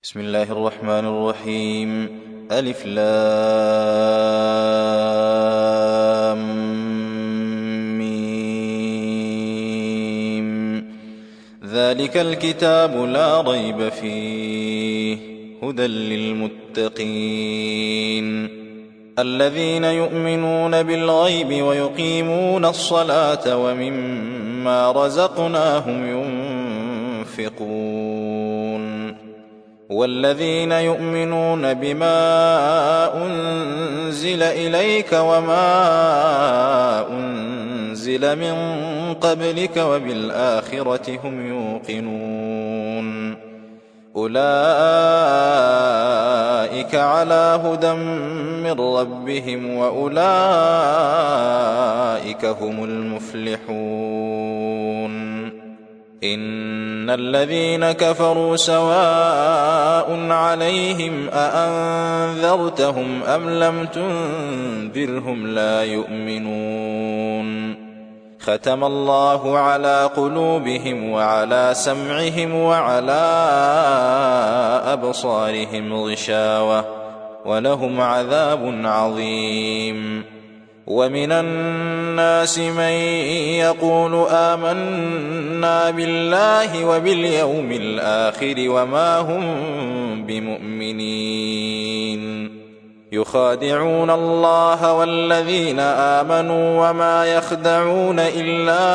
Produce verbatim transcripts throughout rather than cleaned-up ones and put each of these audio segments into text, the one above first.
بسم الله الرحمن الرحيم. ألف لام ميم. ذلك الكتاب لا ريب فيه هدى للمتقين الذين يؤمنون بالغيب ويقيمون الصلاة ومما رزقناهم ينفقون والذين يؤمنون بما أنزل إليك وما أنزل من قبلك وبالآخرة هم يوقنون أولئك على هدى من ربهم وأولئك هم المفلحون. إن الذين كفروا سواء عليهم أأنذرتهم أم لم تنذرهم لا يؤمنون. ختم الله على قلوبهم وعلى سمعهم وعلى أبصارهم غشاوة ولهم عذاب عظيم. ومن الناس من يقول آمنا بالله وباليوم الآخر وما هم بمؤمنين يخادعون الله والذين آمنوا وما يخدعون إلا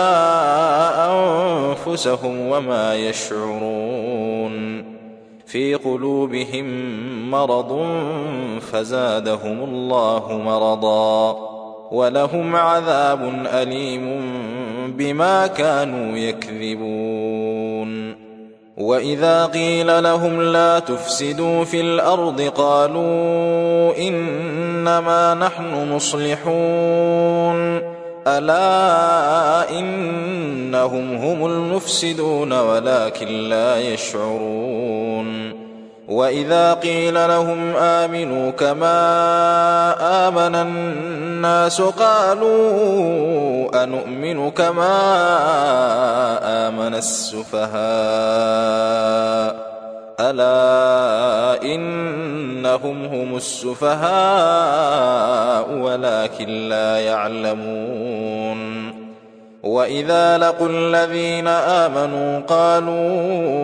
أنفسهم وما يشعرون. في قلوبهم مرض فزادهم الله مرضا ولهم عذاب أليم بما كانوا يكذبون. وإذا قيل لهم لا تفسدوا في الأرض قالوا إنما نحن مصلحون ألا إنهم هم المفسدون ولكن لا يشعرون. وإذا قيل لهم آمنوا كما آمن الناس قالوا أنؤمن كما آمن السفهاء ألا إنهم هم السفهاء ولكن لا يعلمون. وإذا لقوا الذين آمنوا قالوا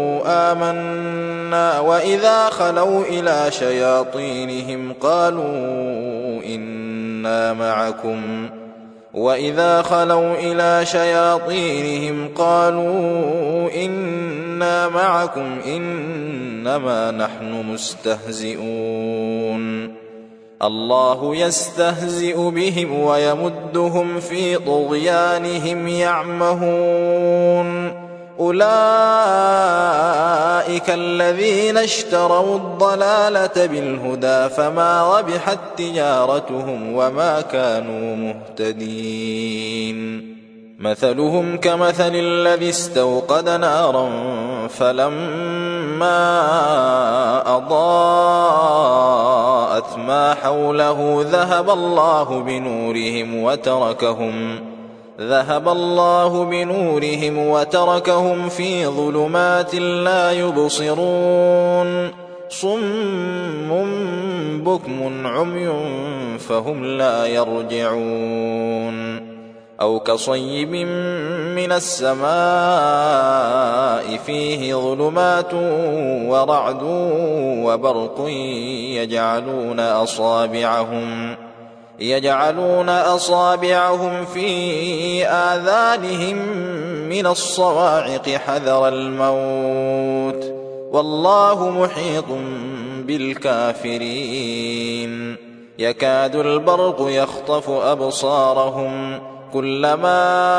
آمنا وإذا خلوا إلى شياطينهم قالوا إنا معكم وإذا خلوا إلى شياطينهم قالوا إنا معكم إنما نحن مستهزئون. الله يستهزئ بهم ويمدهم في طغيانهم يعمهون. أولئك الذين اشتروا الضلالة بالهدى فما ربحت تجارتهم وما كانوا مهتدين. مثلهم كمثل الذي استوقد نارا فلما أضاءت ما حوله ذهب الله بنورهم وتركهم ذهب الله بنورهم وتركهم في ظلمات لا يبصرون. صم بكم عمي فهم لا يرجعون. أو كصيب من السماء فيه ظلمات ورعد وبرق يجعلون أصابعهم يجعلون أصابعهم في آذانهم من الصواعق حذر الموت والله محيط بالكافرين. يكاد البرق يخطف أبصارهم كلما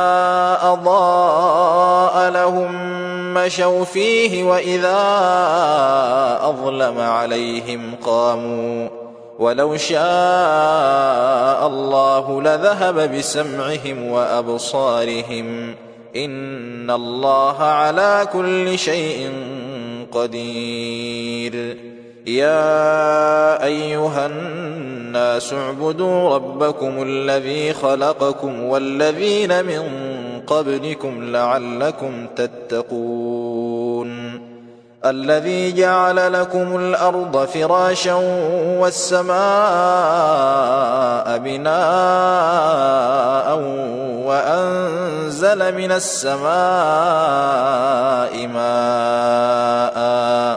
أضاء لهم مشوا فيه وإذا أظلم عليهم قاموا ولو شاء الله لذهب بسمعهم وأبصارهم إن الله على كل شيء قدير. يا أيها الناس اعبدوا ربكم الذي خلقكم والذين من قبلكم لعلكم تتقون الذي جعل لكم الأرض فراشا والسماء بناء وأنزل من السماء ماء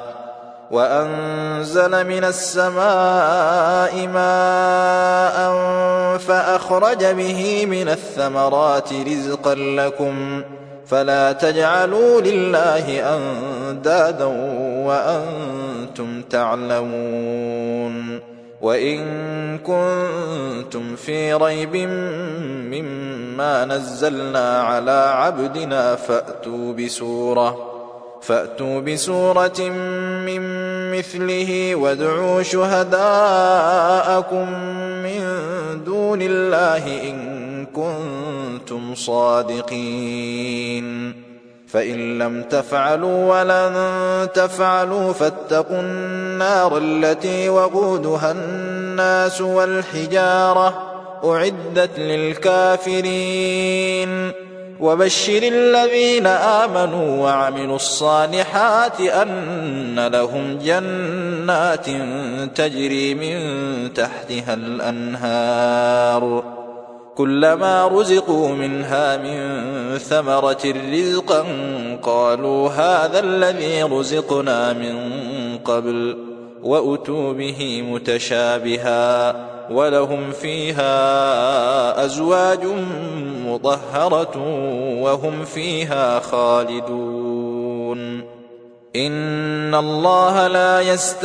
وأنزل من السماء ماء فأخرج به من الثمرات رزقا لكم فلا تجعلوا لله أندادا وأنتم تعلمون وإن كنتم في ريب مما نزلنا على عبدنا فأتوا بسورة فأتوا بسورة من مثله وادعوا شهداءكم من دون الله إن كنتم صادقين فإن لم تفعلوا ولن تفعلوا فاتقوا النار التي وقودها الناس والحجارة أعدت للكافرين وبشر الذين آمنوا وعملوا الصالحات أن لهم جنات تجري من تحتها الأنهار كلما رزقوا منها من ثمرة رزقا قالوا هذا الذي رزقنا من قبل وأتوا به متشابها ولهم فيها أزواج مطهرة وهم فيها خالدون إن الله لا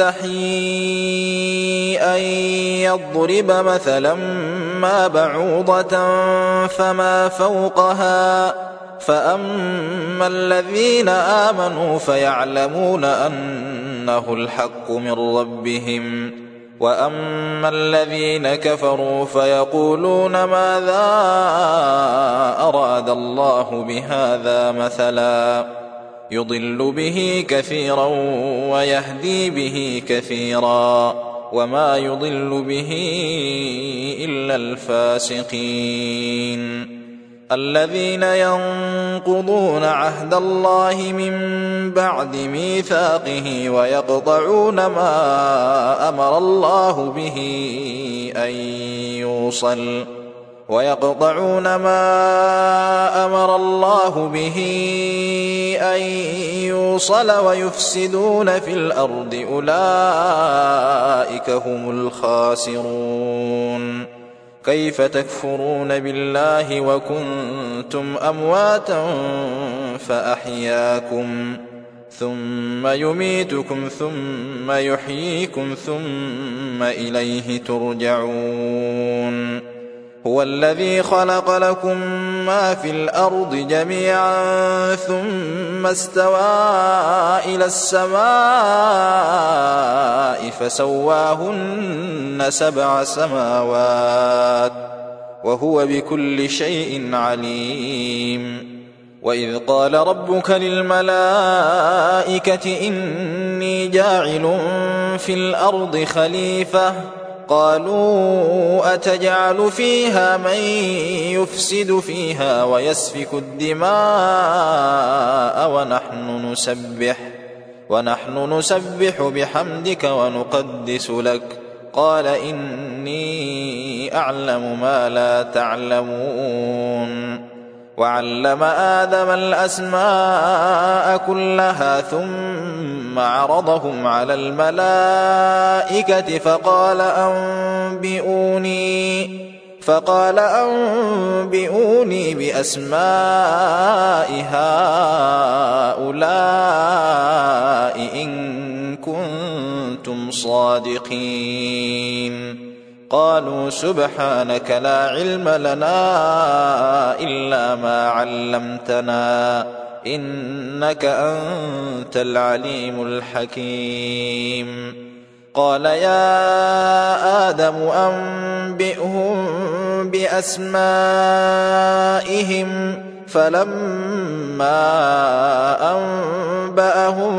يستحيي أن يضرب مثلا ما بعوضة فما فوقها فأما الذين آمنوا فيعلمون أنه الحق من ربهم وأما الذين كفروا فيقولون ماذا أراد الله بهذا مثلا يضل به كثيرا ويهدي به كثيرا وما يضل به إلا الفاسقين الذين ينقضون عهد الله من بعد ميثاقه ويقطعون ما أمر الله به أن يوصل ويقطعون ما أمر الله به أن يوصل ويفسدون في الأرض أولئك هم الخاسرون كيف تكفرون بالله وكنتم أمواتا فأحياكم ثم يميتكم ثم يحييكم ثم إليه ترجعون هو الذي خلق لكم ما في الأرض جميعا ثم استوى إلى السماء فسواهن سبع سماوات وهو بكل شيء عليم وإذ قال ربك للملائكة إني جاعل في الأرض خليفة قالوا أتجعل فيها من يفسد فيها ويسفك الدماء ونحن نسبح ونحن نسبح بحمدك ونقدس لك قال إني أعلم ما لا تعلمون وعلم آدم الأسماء كلها ثم عرضهم على الملائكة فقال أنبئوني فقال أنبئوني بأسماء هؤلاء إن كنتم صادقين قالوا سبحانك لا علم لنا إلا ما علمتنا إنك أنت العليم الحكيم قال يا آدم أنبئهم بأسمائهم فلما أنبأهم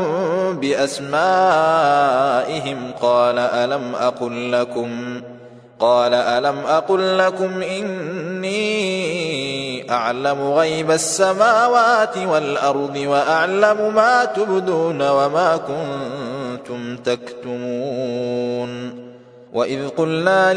بأسمائهم قال ألم أقل لكم قال ألم أقل لكم إني أعلم غيب السماوات والأرض وأعلم ما تبدون وما كنتم تكتمون وإذ قلنا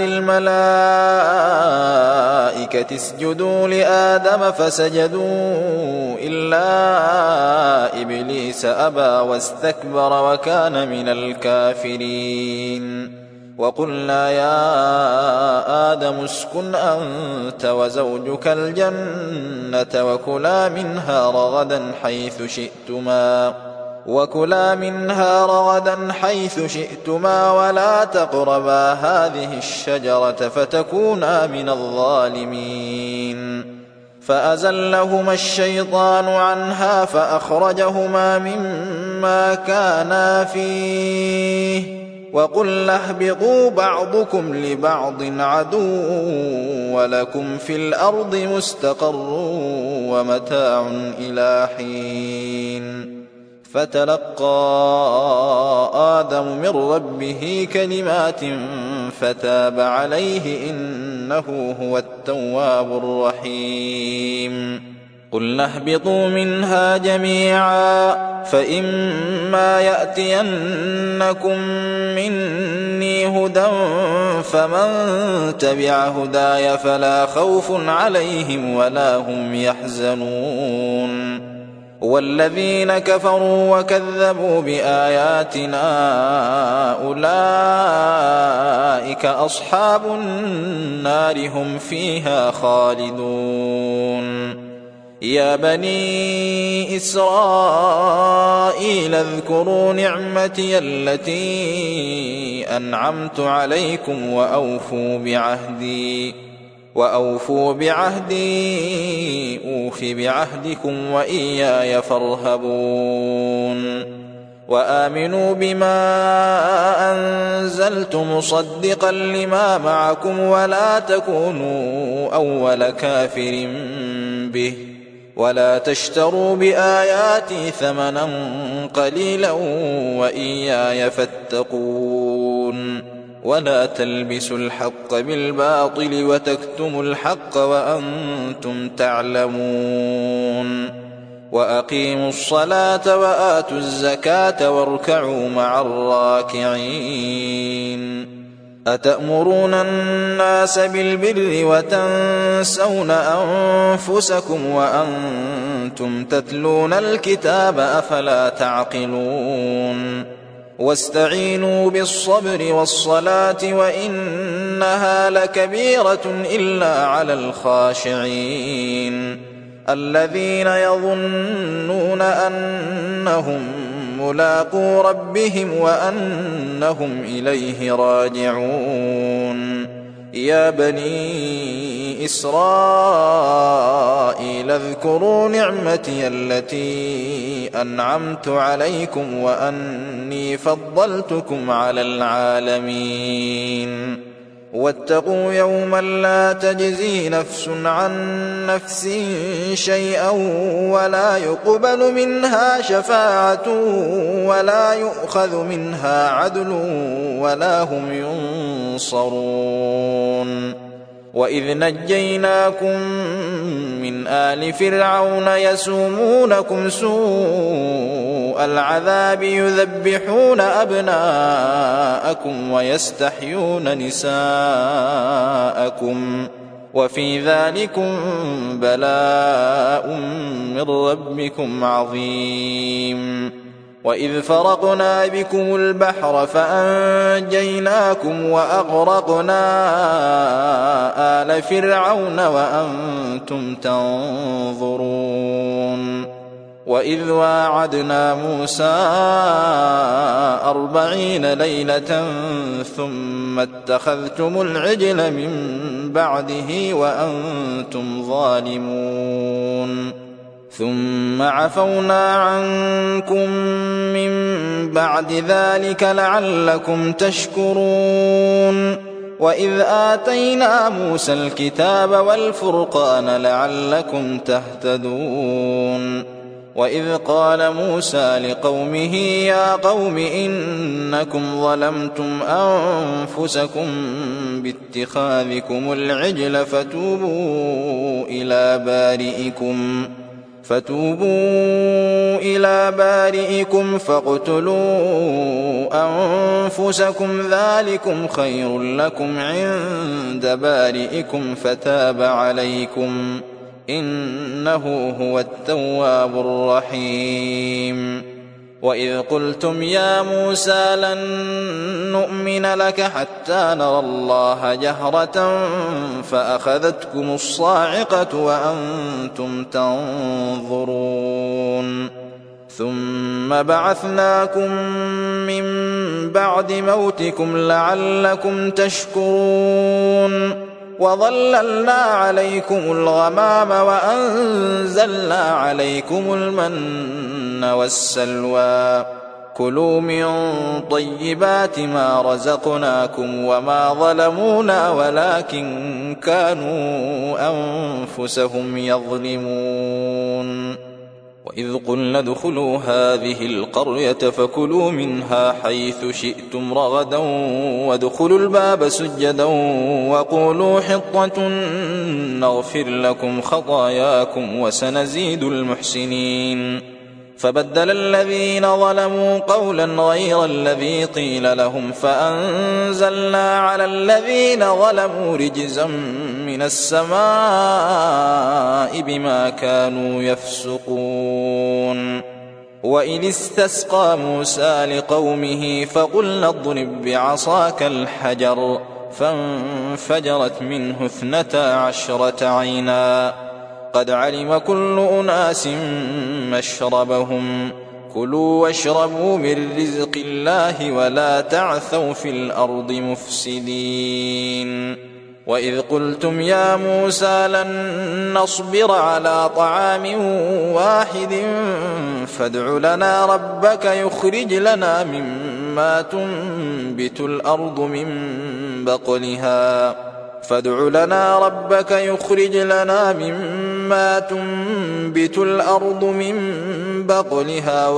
للملائكة اسجدوا لآدم فسجدوا إلا إبليس أبى واستكبر وكان من الكافرين وقلنا يا آدم اسكن أنت وزوجك الجنة وكلا منها رغدا حيث شئتما وكلا منها رغدا حيث شئتما ولا تقربا هذه الشجرة فتكونا من الظالمين فأزلهما الشيطان عنها فأخرجهما مما كانا فيه وقلنا اهبطوا بعضكم لبعض عدو ولكم في الأرض مستقر ومتاع إلى حين فتلقى آدم من ربه كلمات فتاب عليه إنه هو التواب الرحيم قلنا اهبطوا منها جميعا فإما يأتينكم مني هدى فمن تبع هداي فلا خوف عليهم ولا هم يحزنون والذين كفروا وكذبوا بآياتنا أولئك أصحاب النار هم فيها خالدون يا بني إسرائيل اذكروا نعمتي التي أنعمت عليكم وأوفوا بعهدي وأوفوا بعهدي أوف بعهدكم وإياي فارهبون وآمنوا بما أنزلت مصدقا لما معكم ولا تكونوا أول كافر به ولا تشتروا بآياتي ثمنا قليلا وإياي فاتقون ولا تلبسوا الحق بالباطل وتكتموا الحق وأنتم تعلمون وأقيموا الصلاة وآتوا الزكاة واركعوا مع الراكعين أتأمرون الناس بالبر وتنسون أنفسكم وأنتم تتلون الكتاب أفلا تعقلون واستعينوا بالصبر والصلاة وإنها لكبيرة إلا على الخاشعين الذين يظنون أنهم ملاقو ربهم وأنهم إليه راجعون يا بني إسرائيل اذكروا نعمتي التي أنعمت عليكم وأني فضلتكم على العالمين واتقوا يوما لا تجزي نفس عن نفس شيئا ولا يقبل منها شفاعة ولا يؤخذ منها عدل ولا هم ينصرون وإذ نجيناكم من آل فرعون يسومونكم سوء العذاب يذبحون أبناءكم ويستحيون نساءكم وفي ذلكم بلاء من ربكم عظيم وإذ فرقنا بكم البحر فأنجيناكم وأغرقنا آل فرعون وأنتم تنظرون وإذ واعدنا موسى أربعين ليلة ثم اتخذتم العجل من بعده وأنتم ظالمون ثم عفونا عنكم من بعد ذلك لعلكم تشكرون وإذ آتينا موسى الكتاب والفرقان لعلكم تهتدون وإذ قال موسى لقومه يا قوم إنكم ظلمتم أنفسكم باتخاذكم العجل فتوبوا إلى بارئكم فتوبوا إلى بارئكم فاقتلوا أنفسكم ذلكم خير لكم عند بارئكم فتاب عليكم إنه هو التواب الرحيم وإذ قلتم يا موسى لن نؤمن لك حتى نرى الله جهرة فأخذتكم الصاعقة وأنتم تنظرون ثم بعثناكم من بعد موتكم لعلكم تشكرون وظللنا عليكم الغمام وأنزلنا عليكم المن والسلوى كلوا من طيبات ما رزقناكم وما ظلمونا ولكن كانوا أنفسهم يظلمون وإذ قلنا ادخلوا هذه القرية فكلوا منها حيث شئتم رغدا وادخلوا الباب سجدا وقولوا حطة نغفر لكم خطاياكم وسنزيد المحسنين فبدل الذين ظلموا قولا غير الذي قيل لهم فأنزلنا على الذين ظلموا رجزا من السماء بما كانوا يفسقون وإذ استسقى موسى لقومه فقلنا اضرب بعصاك الحجر فانفجرت منه اثنتا عشرة عينا قد علم كل أناس مشربهم كلوا واشربوا من رزق الله ولا تعثوا في الأرض مفسدين وإذ قلتم يا موسى لن نصبر على طعام واحد فادع لنا ربك يخرج لنا مما تنبت الأرض من بقلها فادع لنا ربك يخرج لنا مما تنبت الأرض من بقلها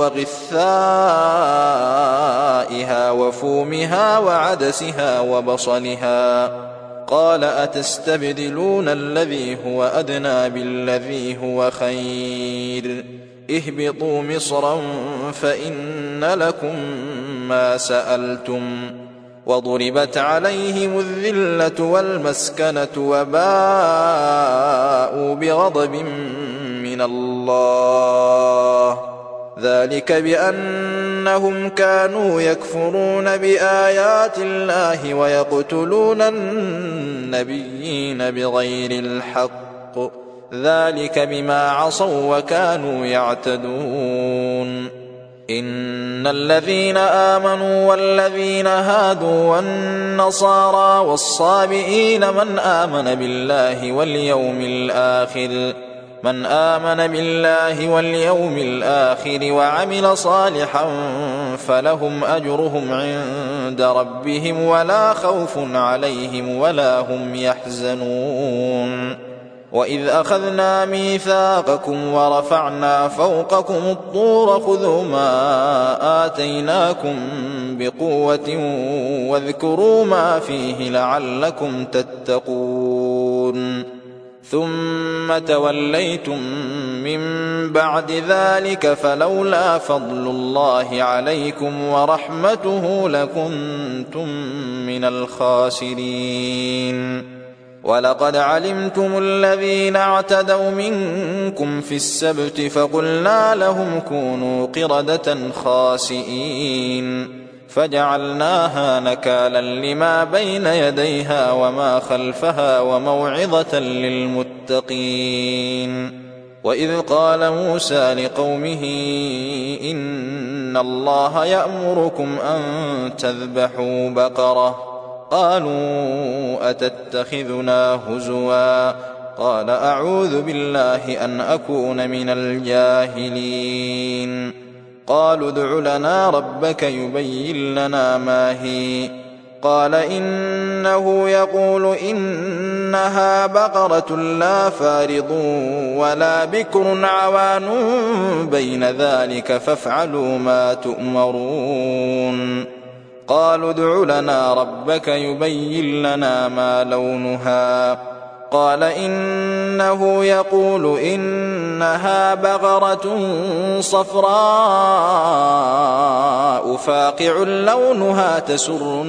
وغثائها وفومها وعدسها وبصلها قال أتستبدلون الذي هو أدنى بالذي هو خير اهبطوا مصرا فإن لكم ما سألتم وضربت عليهم الذلة والمسكنة وباءوا بغضب من الله ذلك بأنهم كانوا يكفرون بآيات الله ويقتلون النبيين بغير الحق ذلك بما عصوا وكانوا يعتدون إن الذين آمنوا والذين هادوا والنصارى والصابئين من آمن بالله واليوم الآخر من آمن بالله واليوم الآخر وعمل صالحا فلهم أجرهم عند ربهم ولا خوف عليهم ولا هم يحزنون وإذ أخذنا ميثاقكم ورفعنا فوقكم الطور خذوا ما آتيناكم بقوة واذكروا ما فيه لعلكم تتقون ثم توليتم من بعد ذلك فلولا فضل الله عليكم ورحمته لكنتم من الخاسرين ولقد علمتم الذين اعتدوا منكم في السبت فقلنا لهم كونوا قردة خاسئين فجعلناها نكالا لما بين يديها وما خلفها وموعظة للمتقين وإذ قال موسى لقومه إن الله يأمركم أن تذبحوا بقرة قالوا أتتخذنا هزوا قال أعوذ بالله أن أكون من الجاهلين قالوا ادع لنا ربك يبين لنا ما هي قال إنه يقول إنها بقرة لا فارض ولا بكر عوان بين ذلك فافعلوا ما تؤمرون قالوا ادع لنا ربك يبين لنا ما لونها قال إنه يقول إنها بقرة صفراء فاقع لونها تسر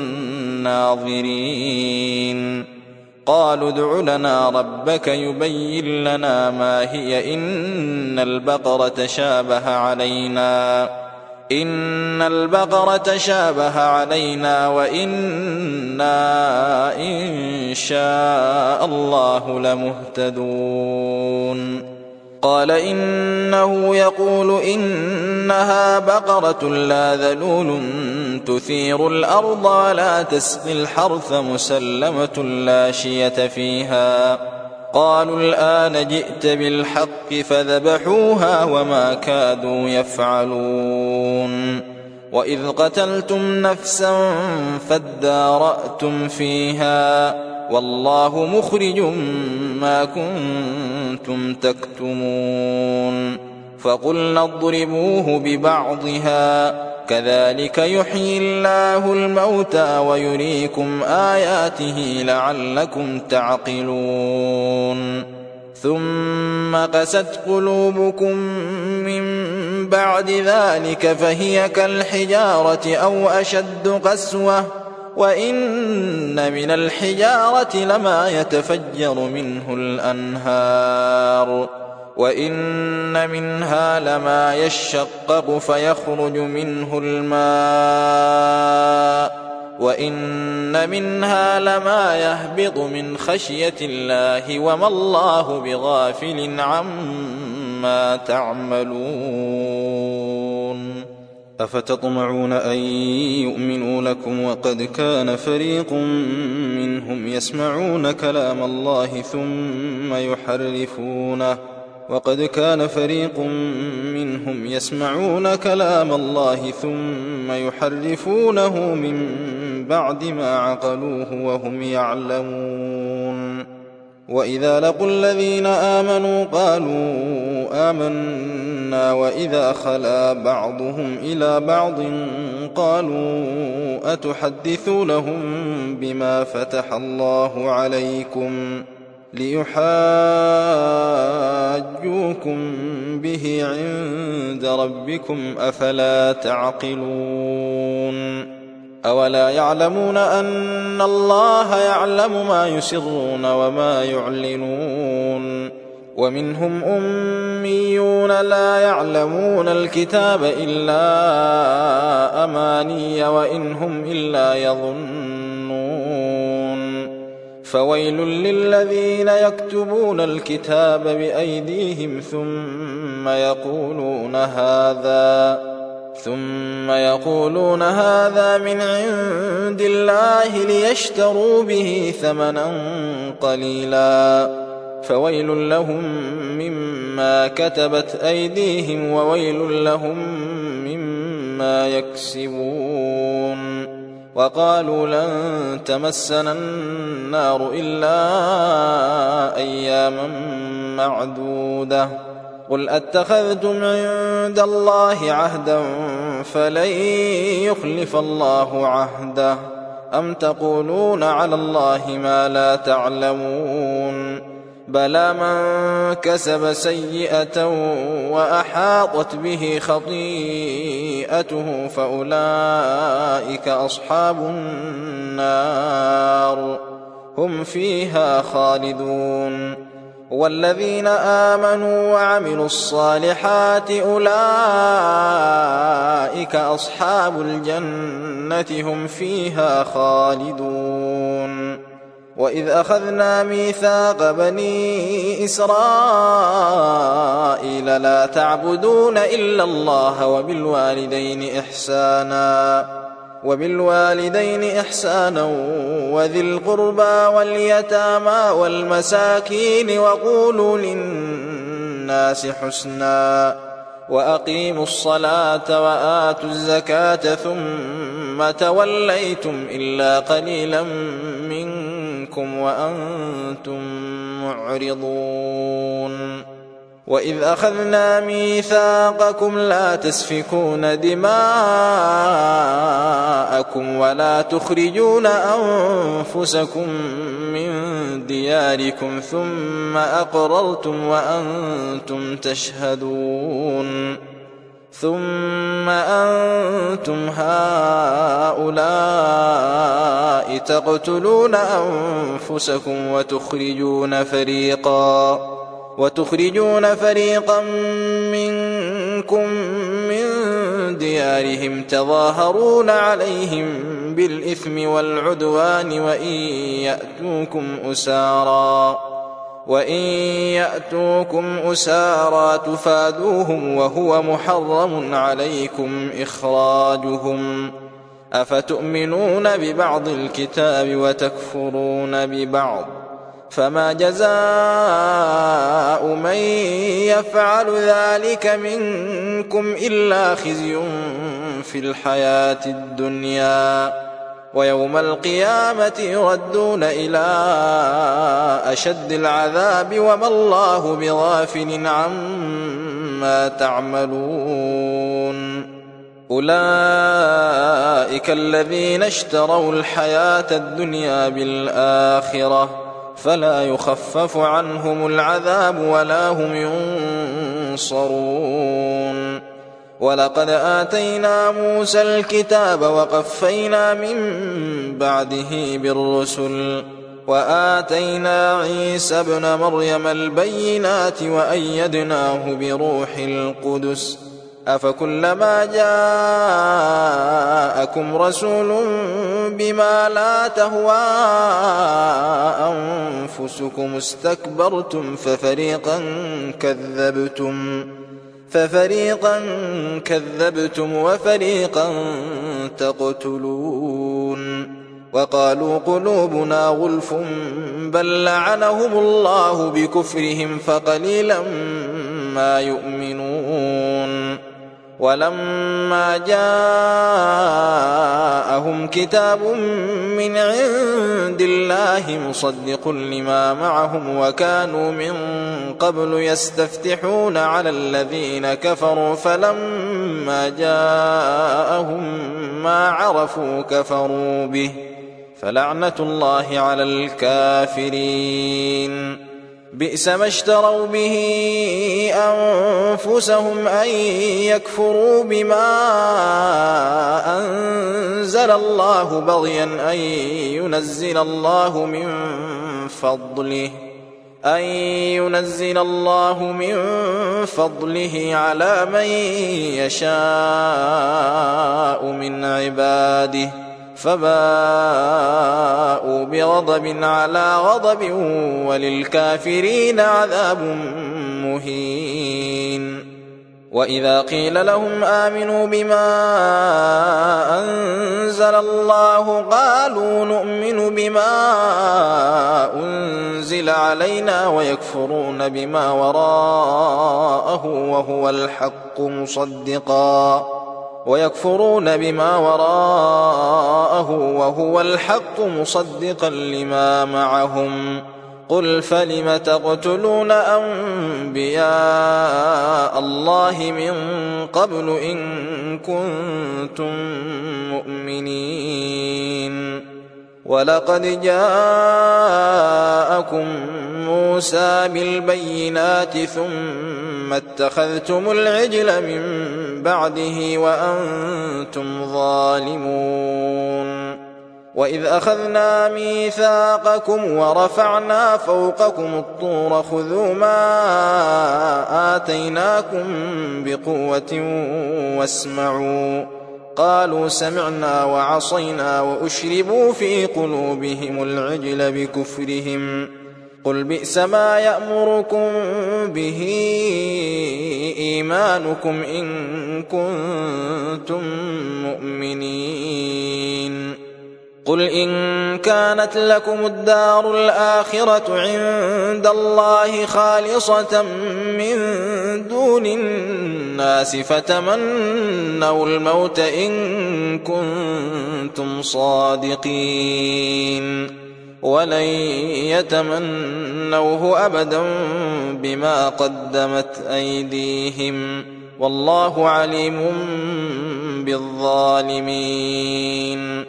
الناظرين قالوا ادع لنا ربك يبين لنا ما هي إن البقرة شابه علينا إن البقرة شابه علينا وإنا إن شاء الله لمهتدون قال إنه يقول إنها بقرة لا ذلول تثير الأرض ولا تسقي الحرث مسلمة لا شية فيها قالوا الآن جئت بالحق فذبحوها وما كادوا يفعلون وإذ قتلتم نفسا فادارأتم فيها والله مخرج ما كنتم تكتمون فقلنا اضربوه ببعضها كذلك يحيي الله الموتى ويريكم آياته لعلكم تعقلون ثم قست قلوبكم من بعد ذلك فهي كالحجارة أو أشد قسوة وإن من الحجارة لما يتفجر منه الأنهار وإن منها لما يشقق فيخرج منه الماء وإن منها لما يهبط من خشية الله وما الله بغافل عما تعملون أفتطمعون أن يؤمنوا لكم وقد كان فريق منهم يسمعون كلام الله ثم يحرفونه وقد كان فريق منهم يسمعون كلام الله ثم يحرفونه من بعد ما عقلوه وهم يعلمون وإذا لقوا الذين آمنوا قالوا آمنا وإذا خلا بعضهم إلى بعض قالوا أتحدثونهم بما فتح الله عليكم ليحاجوكم به عند ربكم أفلا تعقلون أولا يعلمون أن الله يعلم ما يسرون وما يعلنون ومنهم أميون لا يعلمون الكتاب إلا أماني وإن هم إلا يظنون فويل للذين يكتبون الكتاب بأيديهم ثم يقولون هذا ثم يقولون هذا من عند الله ليشتروا به ثمنا قليلا فويل لهم مما كتبت أيديهم وويل لهم مما يكسبون وقالوا لن تمسنا النار إلا أياما معدودة قل أتخذتم عند الله عهدا فلن يخلف الله عهده أم تقولون على الله ما لا تعلمون بلى من كسب سيئة وأحاطت به خطيئته فأولئك أصحاب النار هم فيها خالدون والذين آمنوا وعملوا الصالحات أولئك أصحاب الجنة هم فيها خالدون وإذ أخذنا ميثاق بني إسرائيل لا تعبدون إلا الله وبالوالدين إحسانا وبالوالدين إحسانا وذي القربى واليتامى والمساكين وقولوا للناس حسنا وأقيموا الصلاة وآتوا الزكاة ثم توليتم إلا قليلا منكم وأنتم معرضون وإذ أخذنا ميثاقكم لا تسفكون دماءكم ولا تخرجون أنفسكم من دياركم ثم أقررتم وأنتم تشهدون ثم أنتم هؤلاء تقتلون أنفسكم وتخرجون فريقا وتخرجون فريقا منكم من ديارهم تظاهرون عليهم بالإثم والعدوان وإن يأتوكم أسارا وإن يأتوكم أسارا تفادوهم وهو محرم عليكم إخراجهم أفتؤمنون ببعض الكتاب وتكفرون ببعض فما جزاء من يفعل ذلك منكم إلا خزي في الحياة الدنيا ويوم القيامة يردون إلى أشد العذاب وما الله بغافل عما تعملون أولئك الذين اشتروا الحياة الدنيا بالآخرة فلا يخفف عنهم العذاب ولا هم ينصرون ولقد آتينا موسى الكتاب وقفينا من بعده بالرسل وآتينا عيسى ابن مريم البينات وأيدناه بروح القدس أفكلما جاءكم رسول بما لا تهوى أنفسكم استكبرتم ففريقا كذبتم ففريقا كذبتم وفريقا تقتلون وقالوا قلوبنا غلف بل لعنهم الله بكفرهم فقليلا ما يؤمنون ولما جاءهم كتاب من عند الله مصدق لما معهم وكانوا من قبل يستفتحون على الذين كفروا فلما جاءهم ما عرفوا كفروا به فلعنة الله على الكافرين بئس ما اشتروا به أنفسهم أن يكفروا بما أنزل الله بغيا أن ينزل الله من فضله أن ينزل الله من فضله على من يشاء من عباده فباءوا بغضب على غضب وللكافرين عذاب مهين وإذا قيل لهم آمنوا بما أنزل الله قالوا نؤمن بما أنزل علينا ويكفرون بما وراءه وهو الحق مصدقا ويكفرون بما وراءه وهو الحق مصدقا لما معهم قل فلم تقتلون أنبياء الله من قبل إن كنتم مؤمنين ولقد جاءكم موسى بالبينات ثم اتخذتم العجل من بعده وأنتم ظالمون وإذ أخذنا ميثاقكم ورفعنا فوقكم الطور خذوا ما آتيناكم بقوة واسمعوا قالوا سمعنا وعصينا وأشربوا في قلوبهم العجل بكفرهم قل بئس ما يأمركم به إيمانكم إن كنتم مؤمنين قل إن كانت لكم الدار الآخرة عند الله خالصة من دون دون الناس فتمنوا الموت إن كنتم صادقين ولن يتمنوه أبدا بما قدمت أيديهم والله عليم بالظالمين.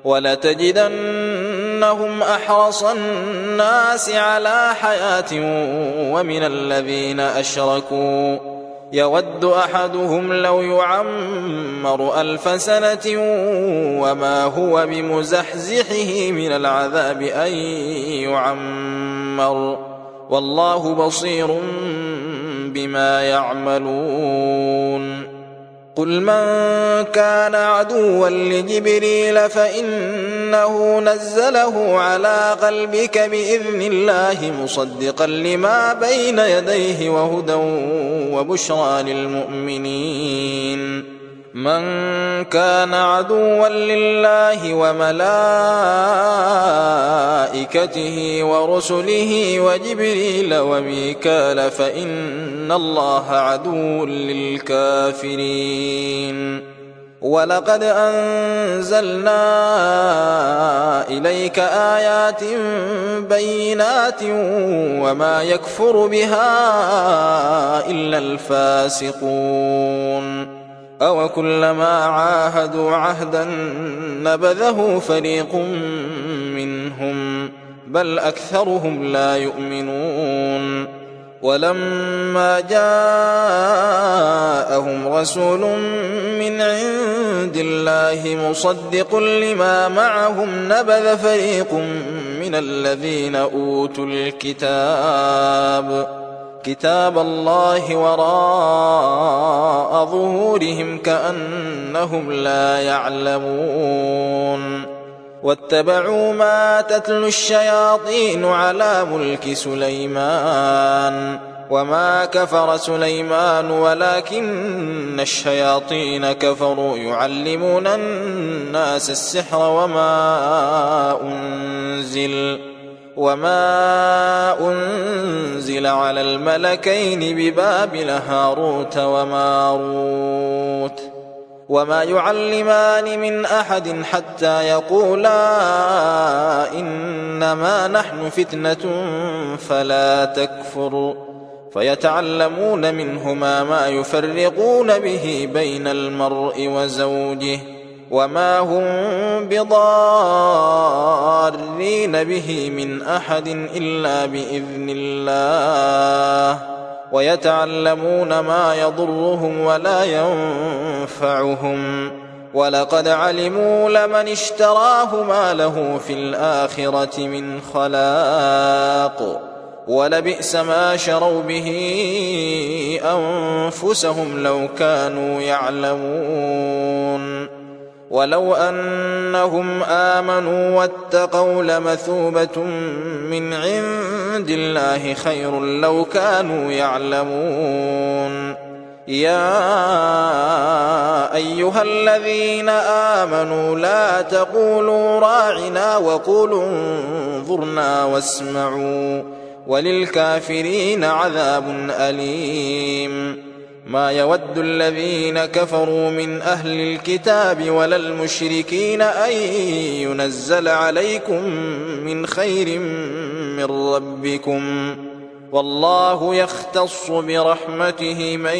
ولتجدنهم أحرص الناس على حياة ومن الذين أشركوا يود أحدهم لو يعمر ألف سنة وما هو بمزحزحه من العذاب أن يعمر والله بصير بما يعملون. قل من كان عدوا لجبريل فإنه نزله على قلبك بإذن الله مصدقا لما بين يديه وهدى وبشرى للمؤمنين. من كان عدوا لله وملائكته ورسله وجبريل وميكال فإن الله عدو للكافرين. ولقد أنزلنا إليك آيات بينات وما يكفر بها إلا الفاسقون. أو كلما عاهدوا عهدا نبذه فريق منهم بل أكثرهم لا يؤمنون. ولما جاءهم رسول من عند الله مصدق لما معهم نبذ فريق من الذين أوتوا الكتاب كتاب الله وراء ظهورهم كأنهم لا يعلمون. واتبعوا ما تتلو الشياطين على ملك سليمان وما كفر سليمان ولكن الشياطين كفروا يعلمون الناس السحر وما أنزل وما أنزل على الملكين ببابل هاروت وماروت وما يعلمان من أحد حتى يقولا إنما نحن فتنة فلا تكفر فيتعلمون منهما ما يفرقون به بين المرء وزوجه وما هم بضارين به من أحد إلا بإذن الله ويتعلمون ما يضرهم ولا ينفعهم ولقد علموا لمن اشتراه ما له في الآخرة من خلاق ولبئس ما شروا به أنفسهم لو كانوا يعلمون. ولو أنهم آمنوا واتقوا لمثوبة من عند الله خير لو كانوا يعلمون. يا أيها الذين آمنوا لا تقولوا راعنا وقولوا انظرنا واسمعوا وللكافرين عذاب أليم. ما يود الذين كفروا من أهل الكتاب ولا المشركين أن ينزل عليكم من خير من ربكم والله يختص برحمته من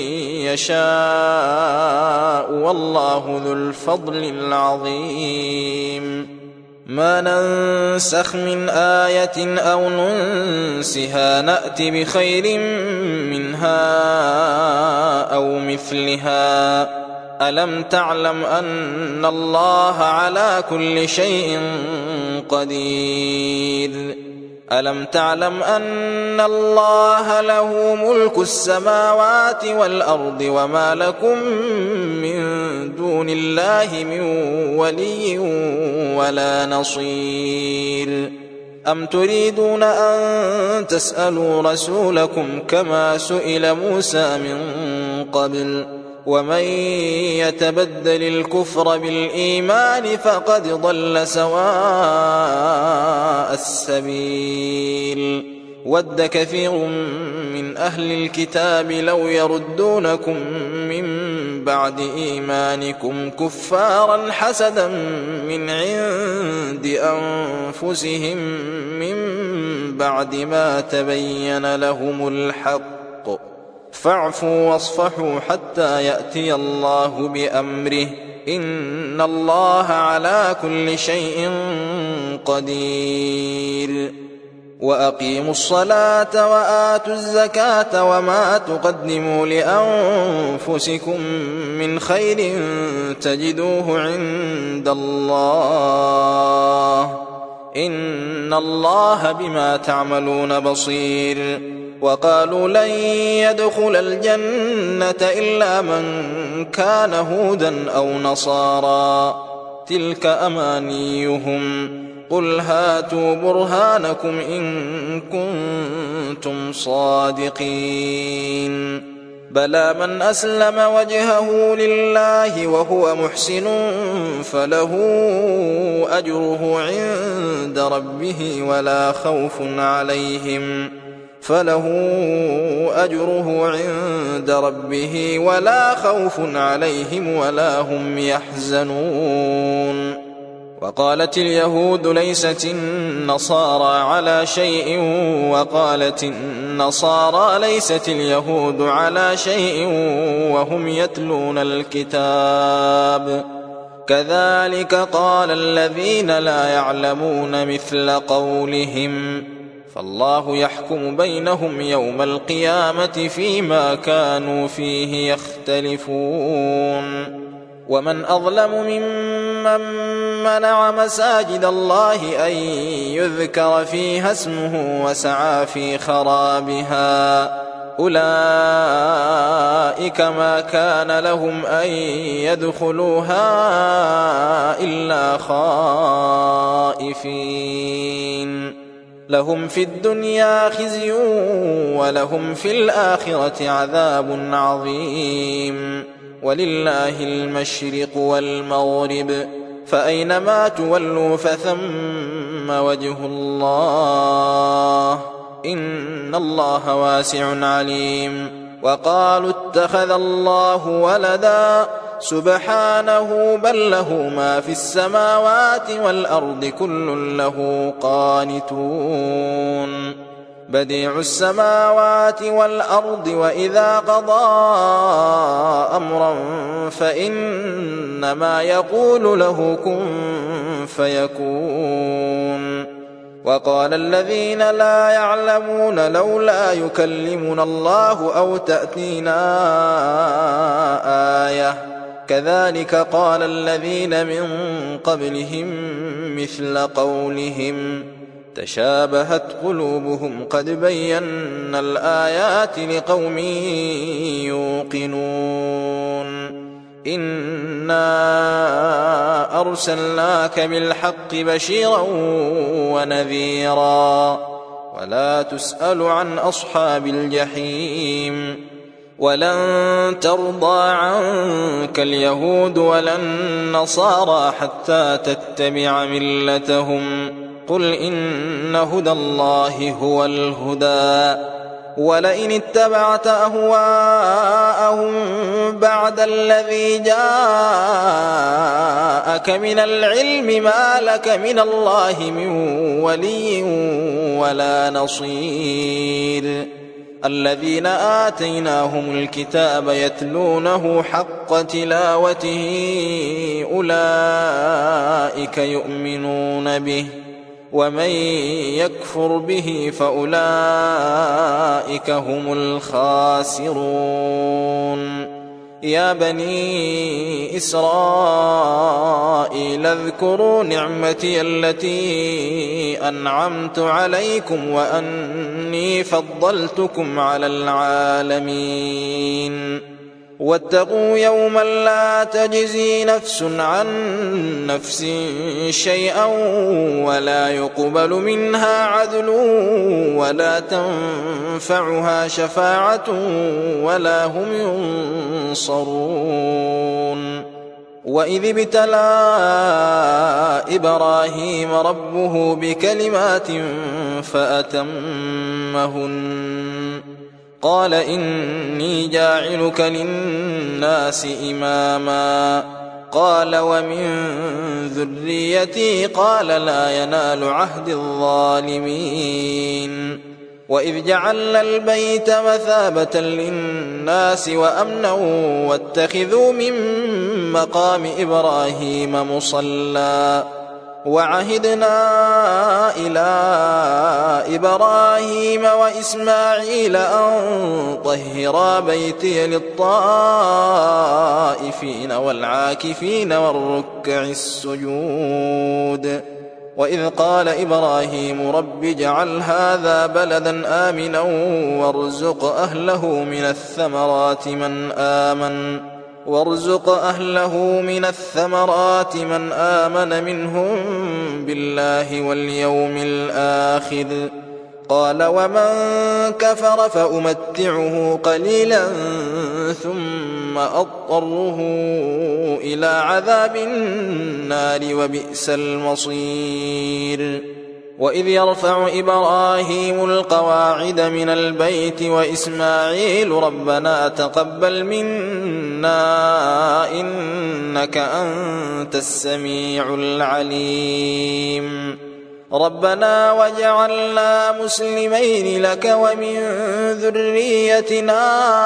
يشاء والله ذو الفضل العظيم. ما ننسخ من آية أو ننسها نأت بخير منها أو مثلها. ألم تعلم أن الله على كل شيء قدير. ألم تعلم أن الله له ملك السماوات والأرض وما لكم من دون الله من ولي ولا نصير. أم تريدون أن تسألوا رسولكم كما سئل موسى من قبل ومن يتبدل الكفر بالإيمان فقد ضل سواء السبيل. ود كثير من أهل الكتاب لو يردونكم من بعد إيمانكم كفارا حسدا من عند أنفسهم من بعد ما تبين لهم الحق فاعفوا واصفحوا حتى يأتي الله بأمره إن الله على كل شيء قدير وأقيموا الصلاة وآتوا الزكاة وما تقدموا لأنفسكم من خير تجدوه عند الله إن الله بما تعملون بصير وقالوا لن يدخل الجنة إلا من كان هودا أو نصارى تلك أمانيهم قل هاتوا برهانكم إن كنتم صادقين بلى من أسلم وجهه لله وهو محسن فله أجره عند ربه ولا خوف عليهم فله أجره عند ربه ولا خوف عليهم ولا هم يحزنون وقالت اليهود ليست النصارى على شيء وقالت النصارى ليست اليهود على شيء وهم يتلون الكتاب كذلك قال الذين لا يعلمون مثل قولهم فالله يحكم بينهم يوم القيامة فيما كانوا فيه يختلفون ومن أظلم ممن منع مساجد الله أن يذكر فيها اسمه وسعى في خرابها أولئك ما كان لهم أن يدخلوها إلا خائفين لهم في الدنيا خزي ولهم في الآخرة عذاب عظيم ولله المشرق والمغرب فأينما تولوا فثم وجه الله إن الله واسع عليم وقالوا اتخذ الله ولدا سبحانه بل له ما في السماوات والأرض كل له قانتون بديع السماوات والأرض وإذا قضى أمرا فإنما يقول له كن فيكون وقال الذين لا يعلمون لولا يكلمنا الله أو تأتينا آية كذلك قال الذين من قبلهم مثل قولهم تشابهت قلوبهم قد بينا الآيات لقوم يوقنون إنا أرسلناك بالحق بشيرا ونذيرا ولا تسأل عن أصحاب الجحيم ولن ترضى عنك اليهود ولا النصارى حتى تتبع ملتهم قل إن هدى الله هو الهدى ولئن اتبعت أهواءهم بعد الذي جاءك من العلم ما لك من الله من ولي ولا نصير الذين آتيناهم الكتاب يتلونه حق تلاوته أولئك يؤمنون به ومن يكفر به فأولئك هم الخاسرون يا بني إسرائيل اذكروا نعمتي التي أنعمت عليكم وأني فضلتكم على العالمين واتقوا يوما لا تجزي نفس عن نفس شيئا ولا يقبل منها عدل ولا تنفعها شفاعة ولا هم ينصرون وإذ ابتلى إبراهيم ربه بكلمات فأتمهن قال إني جاعلك للناس إماما قال ومن ذريتي قال لا ينال عهد الظالمين وإذ جعلنا البيت مثابة للناس وأمنا واتخذوا من مقام إبراهيم مصلى وعهدنا إلى إبراهيم وإسماعيل أن طهرا بيتي للطائفين والعاكفين والركع السجود وإذ قال إبراهيم رب اجعل هذا بلدا آمنا وارزق أهله من الثمرات من آمن وارزق أهله من الثمرات من آمن منهم بالله واليوم الآخر قال ومن كفر فأمتعه قليلا ثم أضطره إلى عذاب النار وبئس المصير وإذ يرفع إبراهيم القواعد من البيت وإسماعيل ربنا تقبل منا إنك أنت السميع العليم ربنا واجعلنا مسلمين لك ومن ذريتنا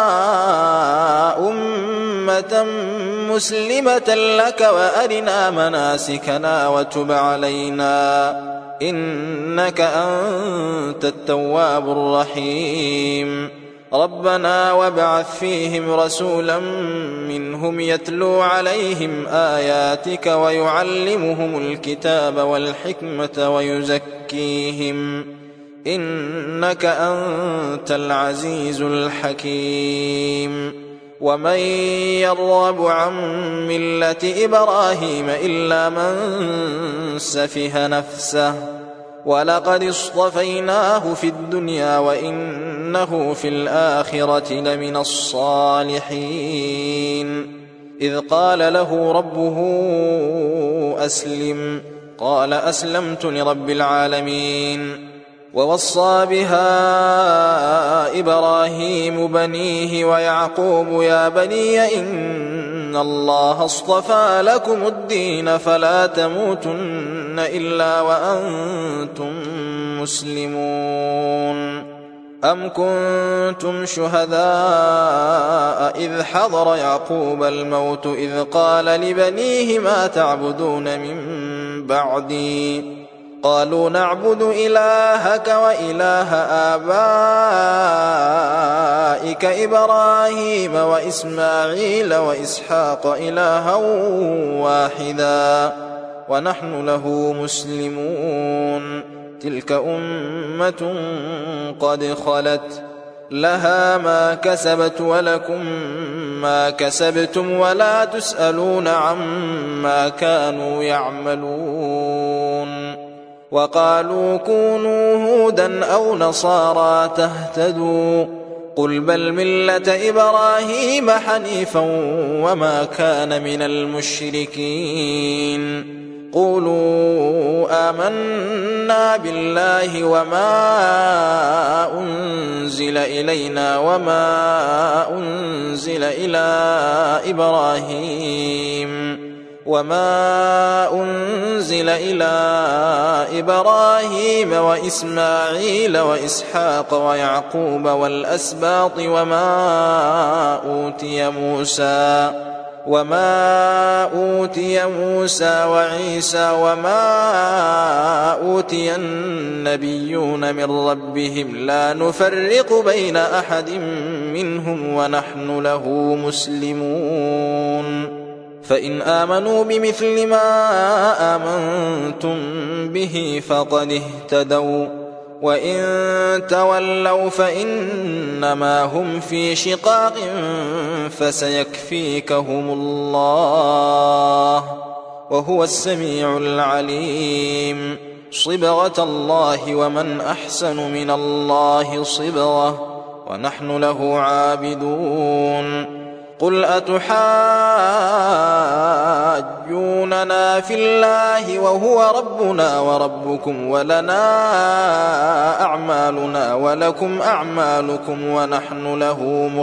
أمة مسلمة لك وأرنا مناسكنا وتب علينا إنك أنت التواب الرحيم ربنا وابعث فيهم رسولا منهم يتلو عليهم آياتك ويعلمهم الكتاب والحكمة ويزكيهم إنك أنت العزيز الحكيم ومن يرغب عن ملة إبراهيم إلا من سفه نفسه ولقد اصطفيناه في الدنيا وإنه في الآخرة لمن الصالحين إذ قال له ربه أسلم قال أسلمت لرب العالمين ووصى بها إبراهيم بنيه ويعقوب يا بني إن الله اصطفى لكم الدين فلا تموتن إلا وأنتم مسلمون أم كنتم شهداء إذ حضر يعقوب الموت إذ قال لبنيه ما تعبدون من بعدي قالوا نعبد إلهك وإله آبائك إبراهيم وإسماعيل وإسحاق إلها واحدا ونحن له مسلمون تلك أمة قد خلت لها ما كسبت ولكم ما كسبتم ولا تسألون عما كانوا يعملون وقالوا كونوا هودا أو نصارى تهتدوا قل بل ملة إبراهيم حنيفا وما كان من المشركين قولوا آمنا بالله وما أنزل إلينا وما أنزل إلى إبراهيم وما أنزل إلى إبراهيم وإسماعيل وإسحاق ويعقوب والأسباط وما أوتي موسى وما أوتي موسى وعيسى وما أوتي النبيون من ربهم لا نفرق بين أحد منهم ونحن له مسلمون فإن آمنوا بمثل ما آمنتم به فقد اهتدوا وإن تولوا فإنما هم في شقاق فسيكفيكهم الله وهو السميع العليم صبغة الله ومن أحسن من الله صبغة ونحن له عابدون قل أتحاجوننا تحاجوننا في الله وهو ربنا وربكم ولنا أعمالنا ولكم أعمالكم ونحن له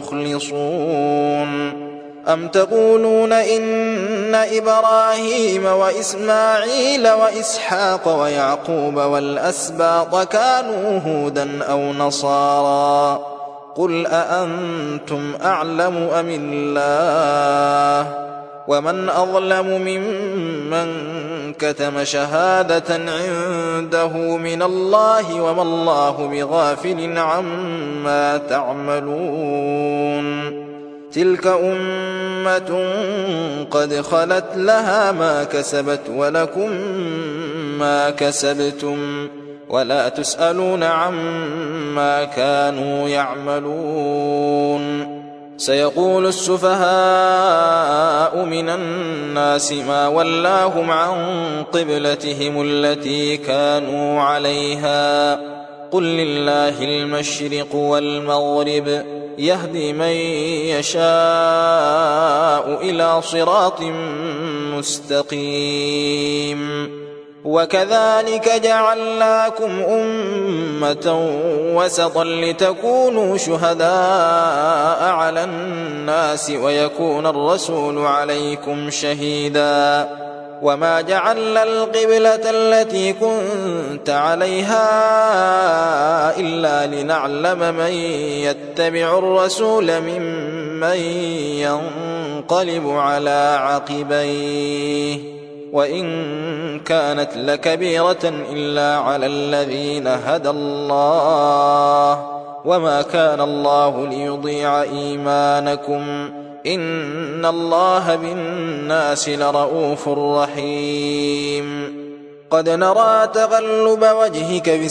مخلصون أم تقولون إن إبراهيم وإسماعيل وإسحاق ويعقوب والأسباط كانوا هودا أو نصارى قل أأنتم أعلم أم الله ومن أظلم ممن كتم شهادة عنده من الله وما الله بغافل عما تعملون تلك أمة قد خلت لها ما كسبت ولكم ما كسبتم ولا تسألون عما كانوا يعملون سيقول السفهاء من الناس ما ولاهم عن قبلتهم التي كانوا عليها قل لله المشرق والمغرب يهدي من يشاء إلى صراط مستقيم وكذلك جعلناكم أمة وسطا لتكونوا شهداء على الناس ويكون الرسول عليكم شهيدا وما جعلنا القبلة التي كنت عليها إلا لنعلم من يتبع الرسول ممن ينقلب على عقبيه وإن كانت لكبيرة إلا على الذين هدى الله وما كان الله ليضيع إيمانكم إن الله بالناس لرؤوف رحيم قد نرى تغلب وجهك في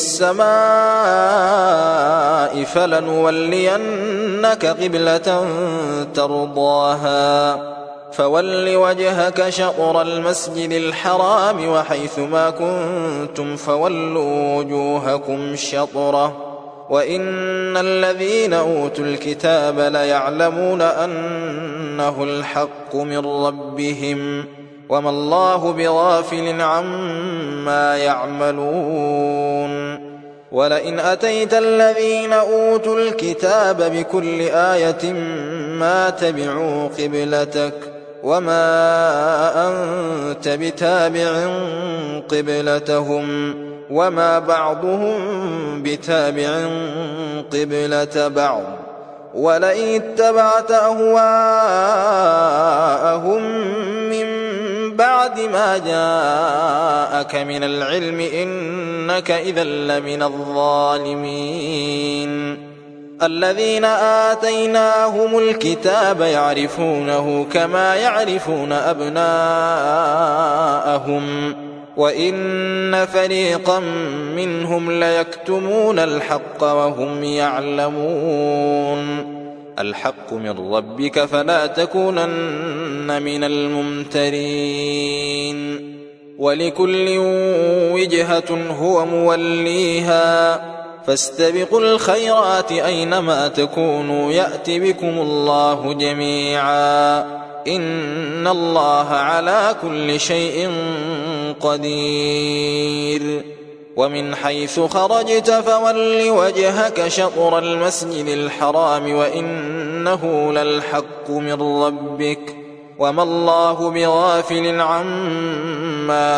السماء فلنولينك قبلة ترضاها فول وجهك شطر المسجد الحرام وحيث ما كنتم فولوا وجوهكم شطره وإن الذين أوتوا الكتاب ليعلمون أنه الحق من ربهم وما الله بغافل عما يعملون ولئن أتيت الذين أوتوا الكتاب بكل آية ما تبعوا قبلتك وما أنت بتابع قبلتهم وما بعضهم بتابع قبلة بعض ولئن اتبعت أهواءهم من بعد ما جاءك من العلم إنك إذا لمن الظالمين الذين آتيناهم الكتاب يعرفونه كما يعرفون أبناءهم وإن فريقا منهم ليكتمون الحق وهم يعلمون الحق من ربك فلا تكونن من الممترين ولكل وجهة هو موليها فاستبقوا الخيرات أينما تكونوا يأت بكم الله جميعا إن الله على كل شيء قدير ومن حيث خرجت فول وجهك شطر المسجد الحرام وإنه للحق من ربك وما الله بغافل عما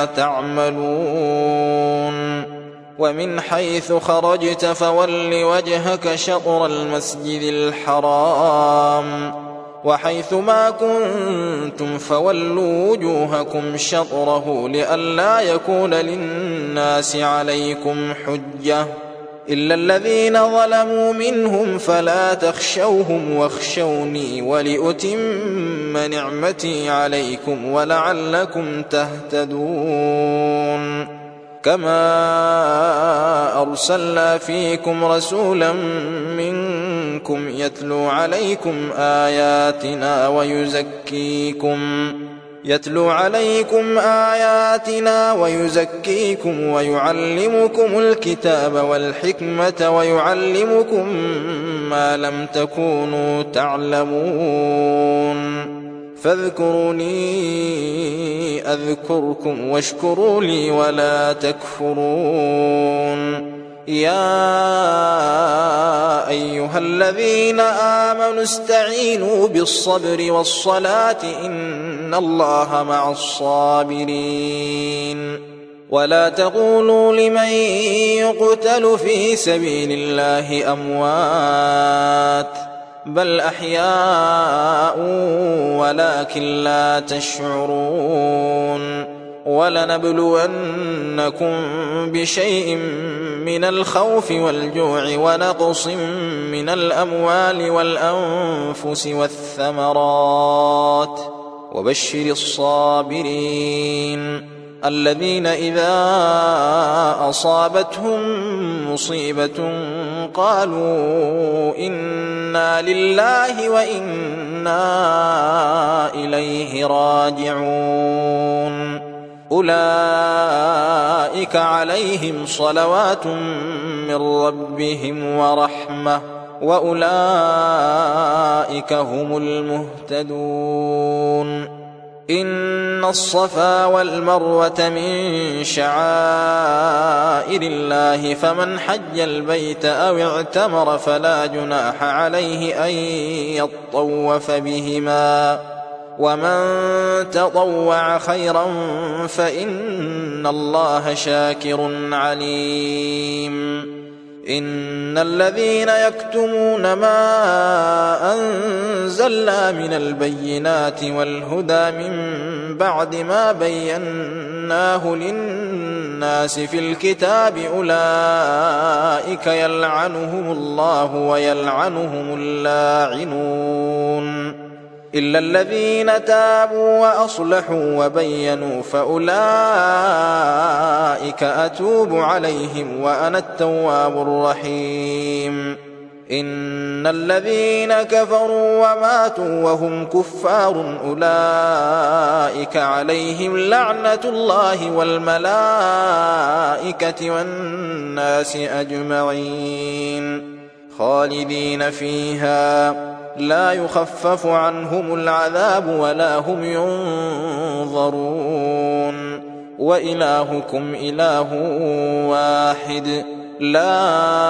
تعملون ومن حيث خرجت فول وجهك شطر المسجد الحرام وحيث ما كنتم فولوا وجوهكم شطره لئلا يكون للناس عليكم حجة إلا الذين ظلموا منهم فلا تخشوهم واخشوني ولأتم نعمتي عليكم ولعلكم تهتدون كما أرسلنا فيكم رسولا منكم يتلو عليكم آياتنا ويزكيكم يتلو عليكم آياتنا ويزكيكم ويعلمكم الكتاب والحكمة ويعلمكم ما لم تكونوا تعلمون فاذكروني أذكركم واشكروا لي ولا تكفرون. يا أيها الذين آمنوا استعينوا بالصبر والصلاة إن الله مع الصابرين. ولا تقولوا لمن يقتل في سبيل الله أموات بل أحياء ولكن لا تشعرون. ولنبلونكم بشيء من الخوف والجوع ونقص من الأموال والأنفس والثمرات وبشر الصابرين الذين إذا أصابتهم مصيبة قالوا إنا لله وإنا إليه راجعون. أولئك عليهم صلوات من ربهم ورحمة وأولئك هم المهتدون. إن الصفا والمروة من شعائر الله فمن حج البيت أو اعتمر فلا جناح عليه أن يطوف بهما ومن تطوع خيرا فإن الله شاكر عليم. إن الذين يكتمون ما أنزلنا من البينات والهدى من بعد ما بيناه للناس في الكتاب أولئك يلعنهم الله ويلعنهم اللاعنون إلا الذين تابوا وأصلحوا وبينوا فأولئك أتوب عليهم وأنا التواب الرحيم. إن الذين كفروا وماتوا وهم كفار أولئك عليهم لعنة الله والملائكة والناس أجمعين خالدين فيها لا يخفف عنهم العذاب ولا هم ينظرون. وإلهكم إله واحد لا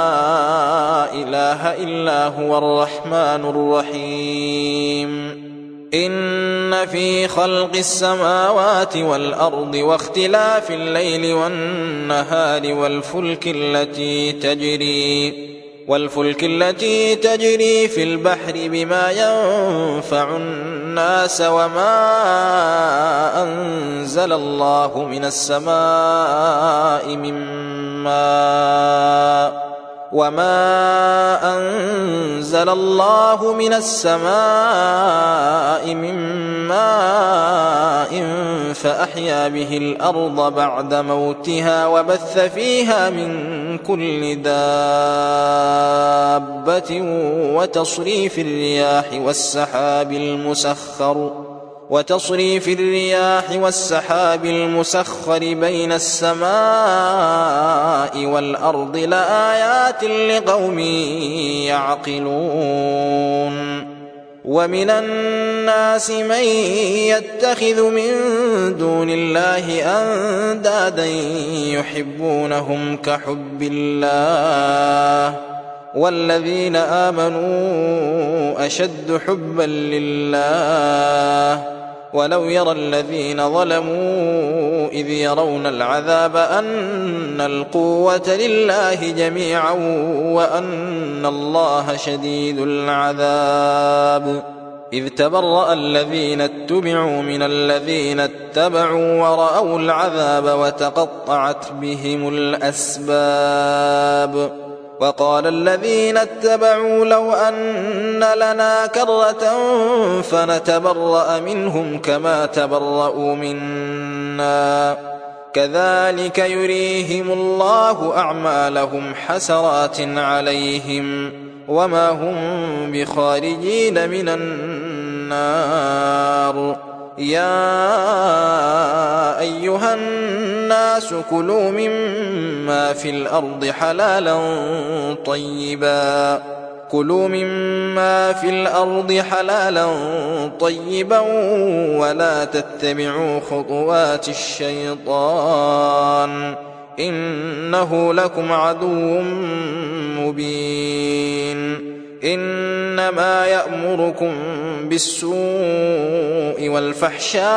إله إلا هو الرحمن الرحيم. إن في خلق السماوات والأرض واختلاف الليل والنهار والفلك التي تجري والفلك التي تجري في البحر بما ينفع الناس وما أنزل الله من السماء من ماء وما أنزل الله من السماء من ماء فأحيا به الأرض بعد موتها وبث فيها من كل دابة وتصريف الرياح والسحاب المسخر وتصريف الرياح والسحاب المسخر بين السماء والأرض لآيات لقوم يعقلون. ومن الناس من يتخذ من دون الله أندادا يحبونهم كحب الله والذين آمنوا أشد حبا لله. ولو يرى الذين ظلموا إذ يرون العذاب أن القوة لله جميعا وأن الله شديد العذاب. إذ تبرأ الذين اتبعوا من الذين اتبعوا ورأوا العذاب وتقطعت بهم الأسباب. وقال الذين اتبعوا لو أن لنا كرة فنتبرأ منهم كما تبرأوا منا كذلك يريهم الله أعمالهم حسرات عليهم وما هم بخارجين من النار. يا أيها الناس كلوا مما في الأرض حلالا طيبا كلوا مما في الأرض حلالا طيبا ولا تتبعوا خطوات الشيطان إنه لكم عدو مبين إنما يأمركم بالسوء والفحشاء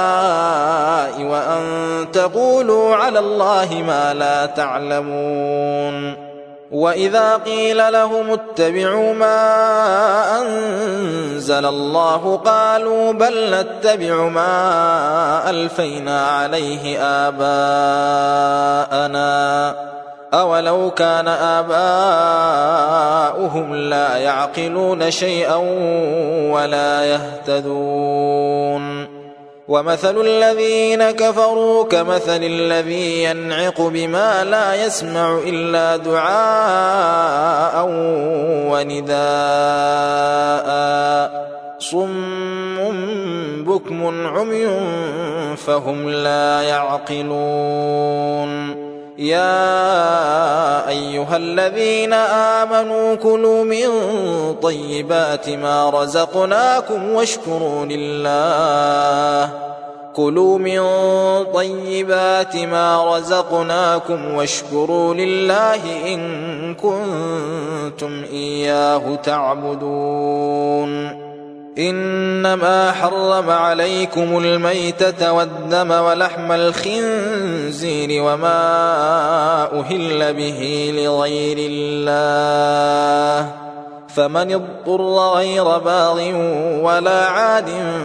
وأن تقولوا على الله ما لا تعلمون وإذا قيل لهم اتبعوا ما أنزل الله قالوا بل نتبع ما ألفينا عليه آباءنا أولو كان آباؤهم لا يعقلون شيئا ولا يهتدون ومثل الذين كفروا كمثل الذي ينعق بما لا يسمع إلا دعاء ونداء صم بكم عمي فهم لا يعقلون يا أيها الذين آمنوا كلوا من طيبات ما رزقناكم واشكروا لله كلوا من طيبات ما رزقناكم واشكروا لله إن كنتم إياه تعبدون إنما حرم عليكم الميتة والدم ولحم الخنزير وما أهل به لغير الله فمن اضطر غير باغ ولا عاد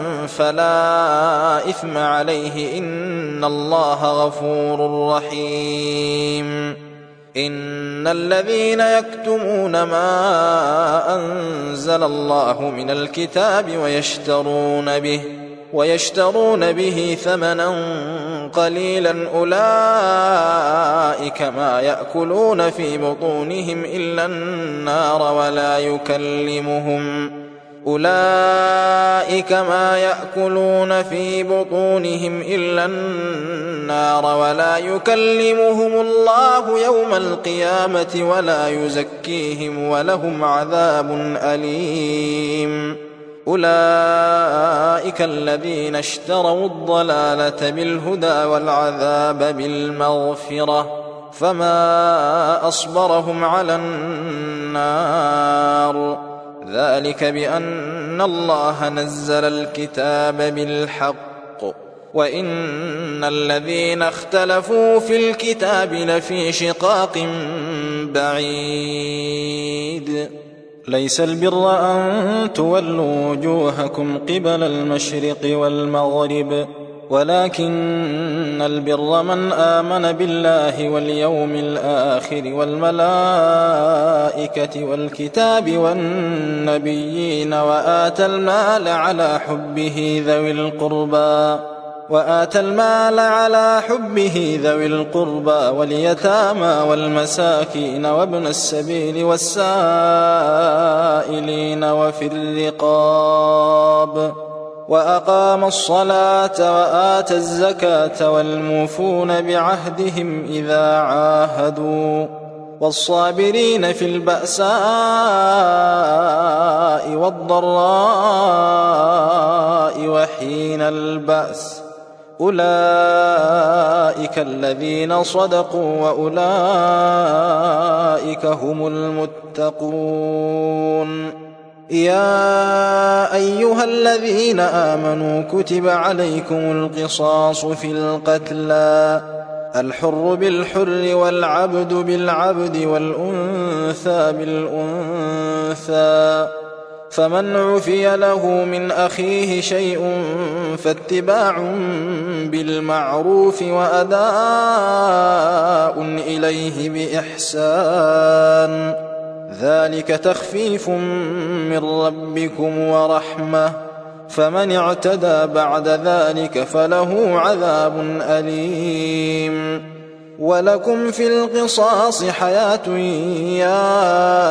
فلا إثم عليه إن الله غفور رحيم إن الذين يكتمون ما أنزل الله من الكتاب ويشترون به ويشترون به ثمنا قليلا أولئك ما يأكلون في بطونهم إلا النار ولا يكلمهم أولئك ما يأكلون في بطونهم إلا النار ولا يكلمهم الله يوم القيامة ولا يزكيهم ولهم عذاب أليم أولئك الذين اشتروا الضلالة بالهدى والعذاب بالمغفرة فما أصبرهم على النار ذلك بأن الله نزل الكتاب بالحق وإن الذين اختلفوا في الكتاب لفي شقاق بعيد ليس البر أن تولوا وجوهكم قبل المشرق والمغرب ولكن البر من آمن بالله واليوم الآخر والملائكة والكتاب والنبيين وآتى المال على حبه ذوي القربى وآتى المال على حبه ذوي القربى واليتامى والمساكين وابن السبيل والسائلين وفي الرقاب وأقام الصلاة وآتى الزكاة والموفون بعهدهم إذا عاهدوا والصابرين في البأساء والضراء وحين البأس أولئك الذين صدقوا وأولئك هم المتقون يا أيها الذين آمنوا كتب عليكم القصاص في القتلى الحر بالحر والعبد بالعبد والأنثى بالأنثى فمن عفي له من أخيه شيء فاتباع بالمعروف وأداء إليه بإحسان ذلك تخفيف من ربكم ورحمة فمن اعتدى بعد ذلك فله عذاب أليم ولكم في القصاص حياة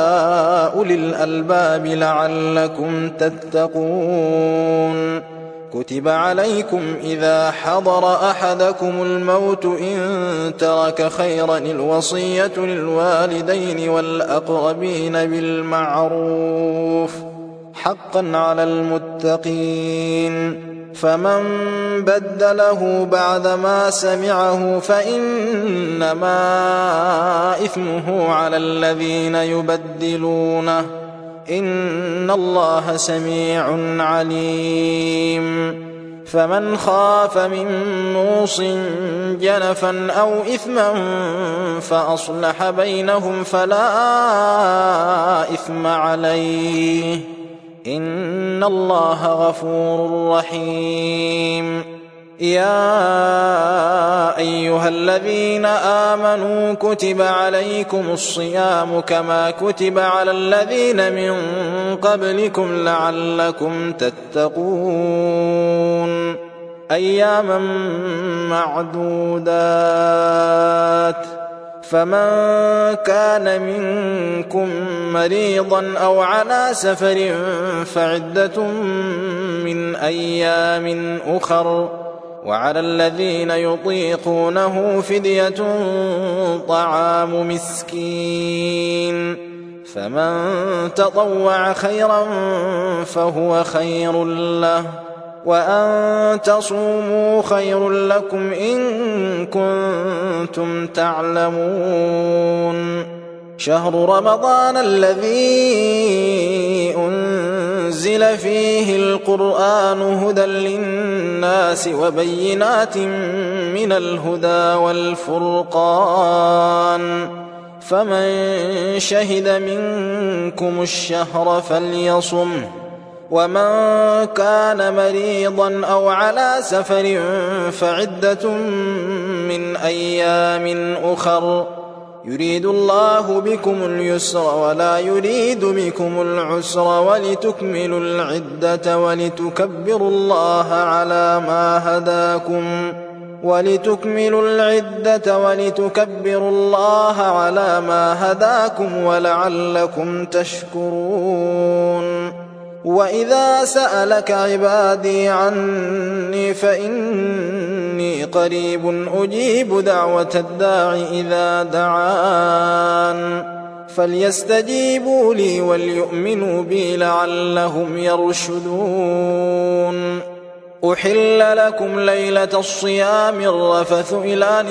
يا أولي الألباب لعلكم تتقون كتب عليكم إذا حضر أحدكم الموت إن ترك خيرا الوصية للوالدين والأقربين بالمعروف حقا على المتقين فمن بدله بعدما سمعه فإنما إثمه على الذين يبدلونه إن الله سميع عليم فمن خاف من موص جنفا أو إثما فأصلح بينهم فلا إثم عليه إن الله غفور رحيم يا أيها الذين آمنوا كتب عليكم الصيام كما كتب على الذين من قبلكم لعلكم تتقون أياما معدودات فمن كان منكم مريضا أو على سفر فعدة من أيام أخر وعلى الذين يطيقونه فدية طعام مسكين فمن تطوع خيرا فهو خير له وأن تصوموا خير لكم إن كنتم تعلمون شهر رمضان الذي أنزل فيه القرآن هدى للناس وبينات من الهدى والفرقان فمن شهد منكم الشهر فليصمه ومن كان مريضا أو على سفر فعدة من أيام أخر يريد الله بكم اليسر ولا يريد بكم العسر ولتكملوا العدة ولتكبروا الله على ما هداكم ولتكملوا العدة ولتكبروا الله على ما هداكم ولعلكم تشكرون وإذا سألك عبادي عني فإني قريب أجيب دعوة الداع إذا دعان فليستجيبوا لي وليؤمنوا بي لعلهم يرشدون أحل لكم ليلة الصيام الرفث إلى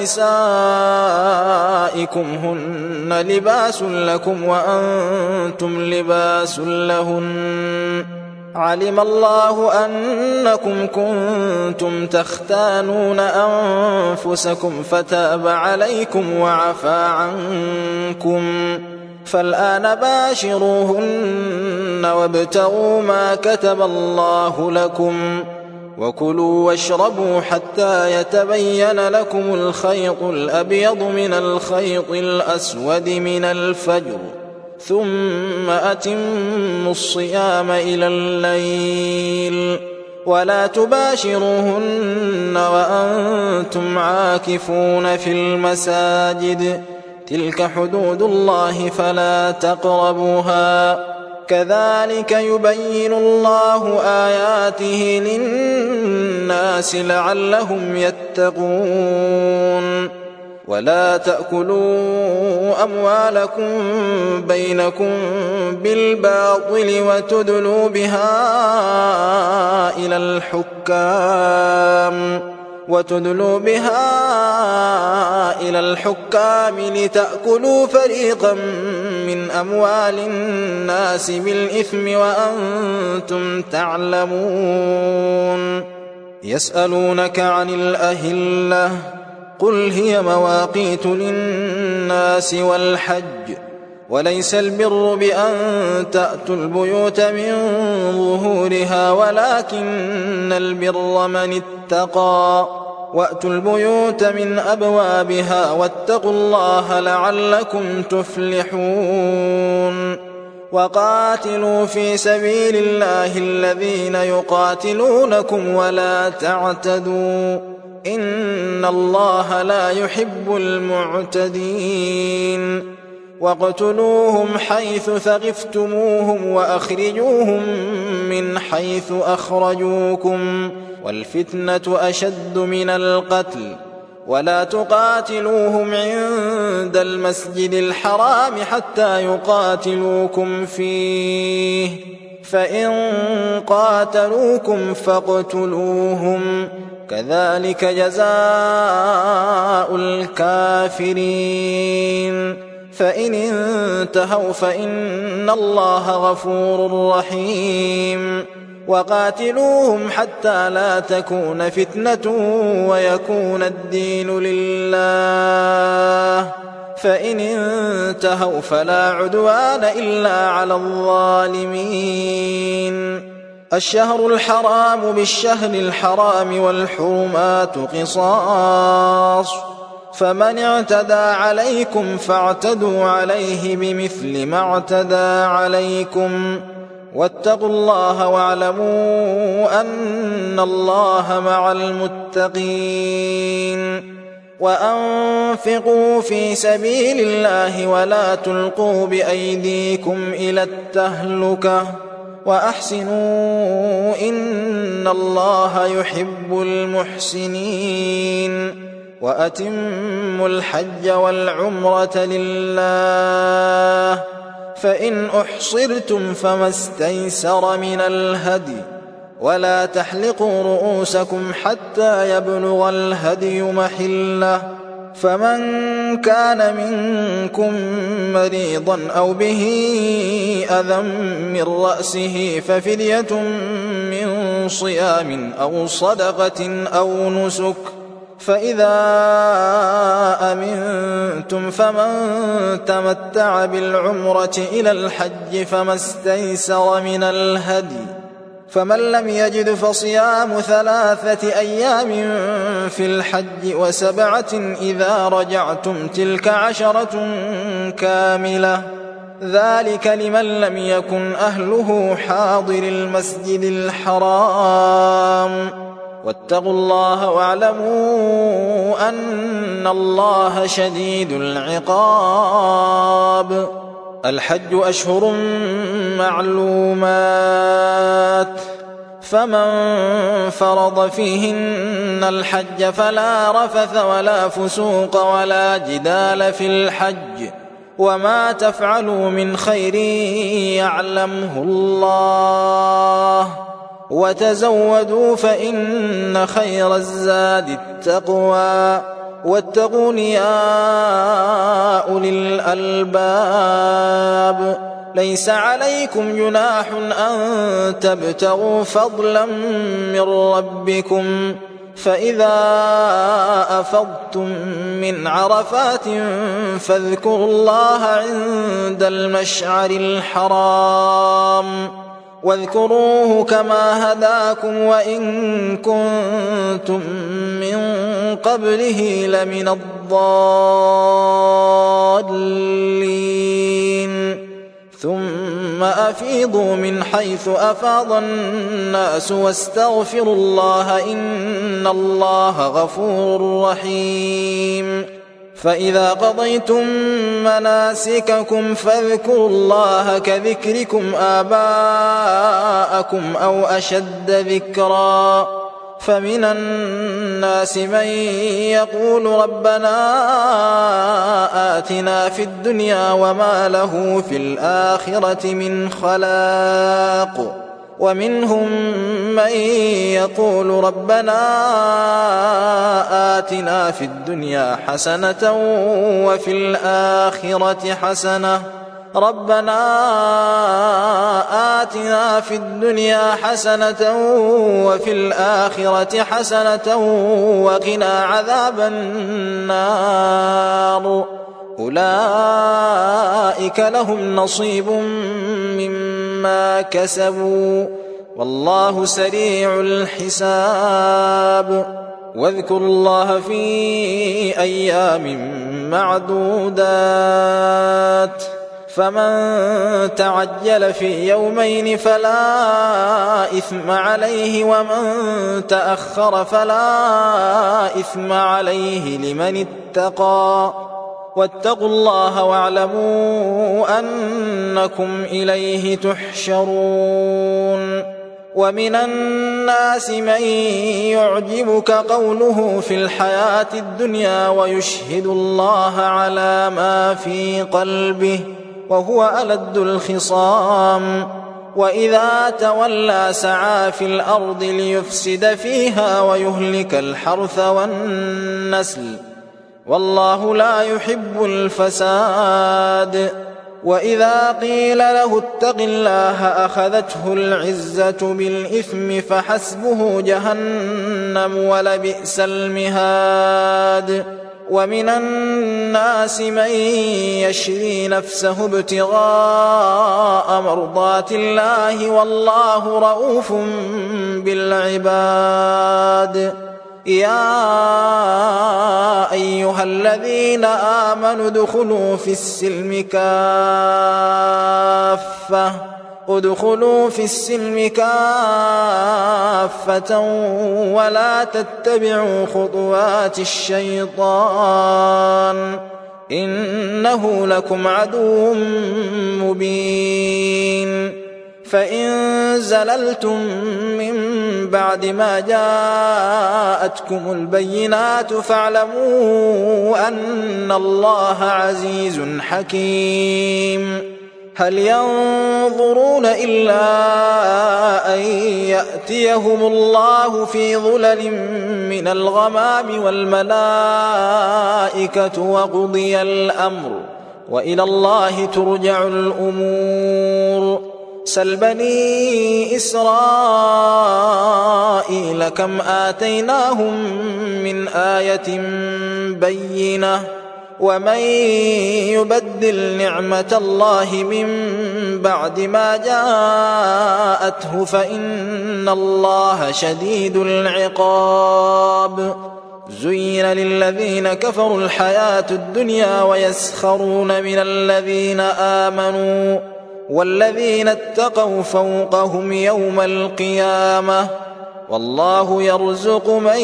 نسائكم هن لباس لكم وأنتم لباس لهن علم الله أنكم كنتم تختانون أنفسكم فتاب عليكم وعفى عنكم فالآن باشروهن وابتغوا ما كتب الله لكم وكلوا واشربوا حتى يتبين لكم الخيط الأبيض من الخيط الأسود من الفجر ثم أتموا الصيام إلى الليل ولا تباشروهن وأنتم عاكفون في المساجد تلك حدود الله فلا تقربوها كذلك يبين الله آياته للناس لعلهم يتقون ولا تأكلوا أموالكم بينكم بالباطل وتدلوا بها إلى الحكام وتدلوا بها إلى الحكام لتأكلوا فريقا من أموال الناس بالإثم وأنتم تعلمون يسألونك عن الأهلة قل هي مواقيت للناس والحج وليس البر بأن تأتوا البيوت من ظهورها ولكن البر من اتقى وأتوا البيوت من أبوابها واتقوا الله لعلكم تفلحون وقاتلوا في سبيل الله الذين يقاتلونكم ولا تعتدوا إن الله لا يحب المعتدين واقتلوهم حيث ثقفتموهم وأخرجوهم من حيث أخرجوكم والفتنة أشد من القتل ولا تقاتلوهم عند المسجد الحرام حتى يقاتلوكم فيه فإن قاتلوكم فاقتلوهم كذلك جزاء الكافرين فإن انتهوا فإن الله غفور رحيم وقاتلوهم حتى لا تكون فتنة ويكون الدين لله فإن انتهوا فلا عدوان إلا على الظالمين الشهر الحرام بالشهر الحرام والحرمات قصاص فمن اعتدى عليكم فاعتدوا عليه بمثل ما اعتدى عليكم واتقوا الله واعلموا أن الله مع المتقين وأنفقوا في سبيل الله ولا تلقوا بأيديكم إلى التهلكة وأحسنوا إن الله يحب المحسنين وأتموا الحج والعمرة لله فإن أحصرتم فما استيسر من الهدي ولا تحلقوا رؤوسكم حتى يبلغ الهدي محله فمن كان منكم مريضا أو به أذى من رأسه ففدية من صيام أو صدقة أو نسك فإذا أمنتم فمن تمتع بالعمرة إلى الحج فما استيسر من الهدي فمن لم يجد فصيام ثلاثة أيام في الحج وسبعة إذا رجعتم تلك عشرة كاملة ذلك لمن لم يكن أهله حاضر المسجد الحرام واتقوا الله واعلموا أن الله شديد العقاب الحج أشهر معلومات فمن فرض فيهن الحج فلا رفث ولا فسوق ولا جدال في الحج وما تفعلوا من خير يعلمه الله وتزودوا فإن خير الزاد التقوى واتقون يا أولي الألباب ليس عليكم جناح أن تبتغوا فضلا من ربكم فإذا أفضتم من عرفات فاذكروا الله عند المشعر الحرام واذكروه كما هداكم وإن كنتم من قبله لمن الضالين ثم أفيضوا من حيث أفاض الناس واستغفروا الله إن الله غفور رحيم فإذا قضيتم مناسككم فاذكروا الله كذكركم آباءكم أو أشد ذكرا فمن الناس من يقول ربنا آتنا في الدنيا وما له في الآخرة من خلاق ومنهم من يقول ربنا آتنا في الدنيا حسنة وفي الآخرة حسنة ربنا آتنا في الدنيا حسنة وفي الآخرة حسنة وقنا عذاب النار أولئك لهم نصيب مما كسبوا والله سريع الحساب واذكروا الله في أيام معدودات فمن تعجل في يومين فلا إثم عليه ومن تأخر فلا إثم عليه لمن اتقى واتقوا الله واعلموا أنكم إليه تحشرون ومن الناس من يعجبك قوله في الحياة الدنيا ويشهد الله على ما في قلبه وهو ألد الخصام وإذا تولى سعى في الأرض ليفسد فيها ويهلك الحرث والنسل والله لا يحب الفساد وإذا قيل له اتق الله أخذته العزة بالإثم فحسبه جهنم ولبئس المهاد ومن الناس من يشري نفسه ابتغاء مرضات الله والله رؤوف بالعباد يا أيها الذين آمنوا ادخلوا في السلم كافة ادخلوا في السلم كافة ولا تتبعوا خطوات الشيطان إنه لكم عدو مبين فإن زللتم من بعد ما جاءتكم البينات فاعلموا أن الله عزيز حكيم هل ينظرون إلا أن يأتيهم الله في ظلل من الغمام والملائكة وقضي الأمر وإلى الله ترجع الأمور سل بني إسرائيل كم آتيناهم من آية بينة ومن يبدل نعمة الله من بعد ما جاءته فإن الله شديد العقاب زين للذين كفروا الحياة الدنيا ويسخرون من الذين آمنوا والذين اتقوا فوقهم يوم القيامة والله يرزق من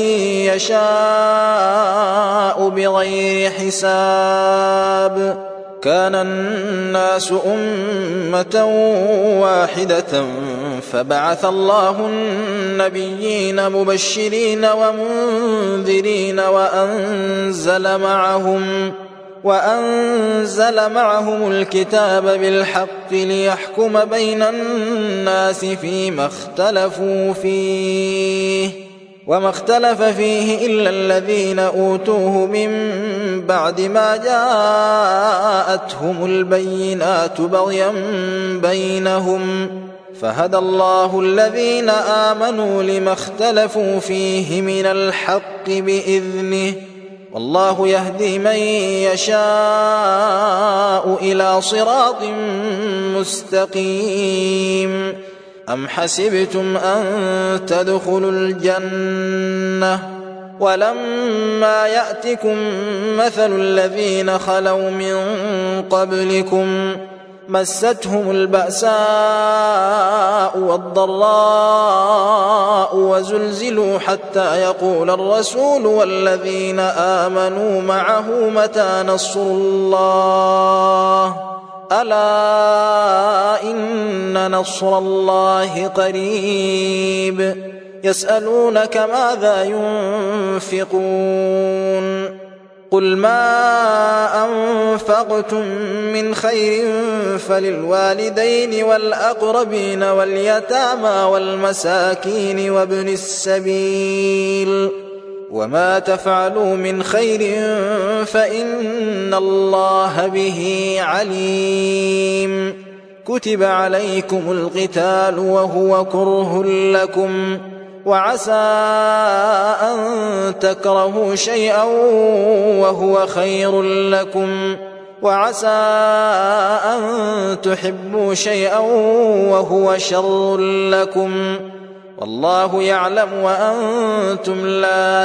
يشاء بغير حساب كان الناس أمة واحدة فبعث الله النبيين مبشرين ومنذرين وأنزل معهم وأنزل معهم الكتاب بالحق ليحكم بين الناس فيما اختلفوا فيه وما اختلف فيه إلا الذين أوتوه من بعد ما جاءتهم البينات بغيا بينهم فهدى الله الذين آمنوا لما اختلفوا فيه من الحق بإذنه والله يهدي من يشاء إلى صراط مستقيم أم حسبتم أن تدخلوا الجنة ولما يأتكم مثل الذين خلوا من قبلكم مستهم البأساء والضراء وزلزلوا حتى يقول الرسول والذين آمنوا معه متى نصر الله ألا إن نصر الله قريب يسألونك ماذا ينفقون قل ما أنفقتم من خير فللوالدين والأقربين واليتامى والمساكين وابن السبيل وما تفعلوا من خير فإن الله به عليم كتب عليكم القتال وهو كره لكم وعسى أن تكرهوا شيئا وهو خير لكم وعسى أن تحبوا شيئا وهو شر لكم والله يعلم وأنتم لا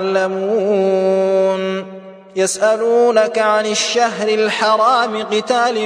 تعلمون يسألونك عن الشهر الحرام قتال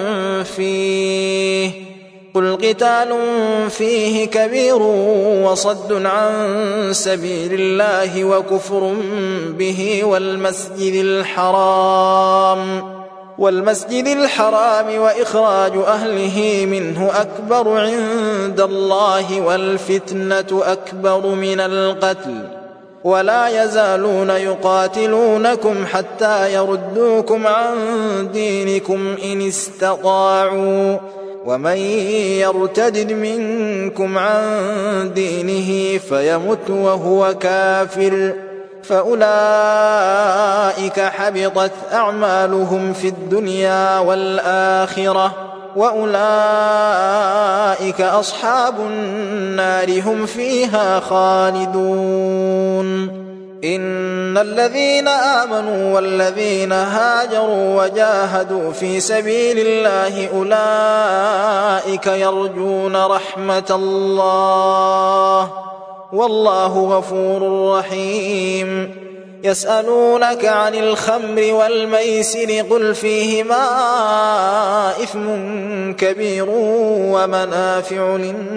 فيه قل قتال فيه كبير وصد عن سبيل الله وكفر به والمسجد الحرام والمسجد الحرام وإخراج أهله منه أكبر عند الله والفتنة أكبر من القتل ولا يزالون يقاتلونكم حتى يردوكم عن دينكم إن استطاعوا ومن يرتد منكم عن دينه فيمت وهو كافر فأولئك حبطت أعمالهم في الدنيا والآخرة وأولئك أصحاب النار هم فيها خالدون إن الذين آمنوا والذين هاجروا وجاهدوا في سبيل الله أولئك يرجون رحمة الله والله غفور رحيم يسألونك عن الخمر والميسر قل فيهما إثم كبير ومنافع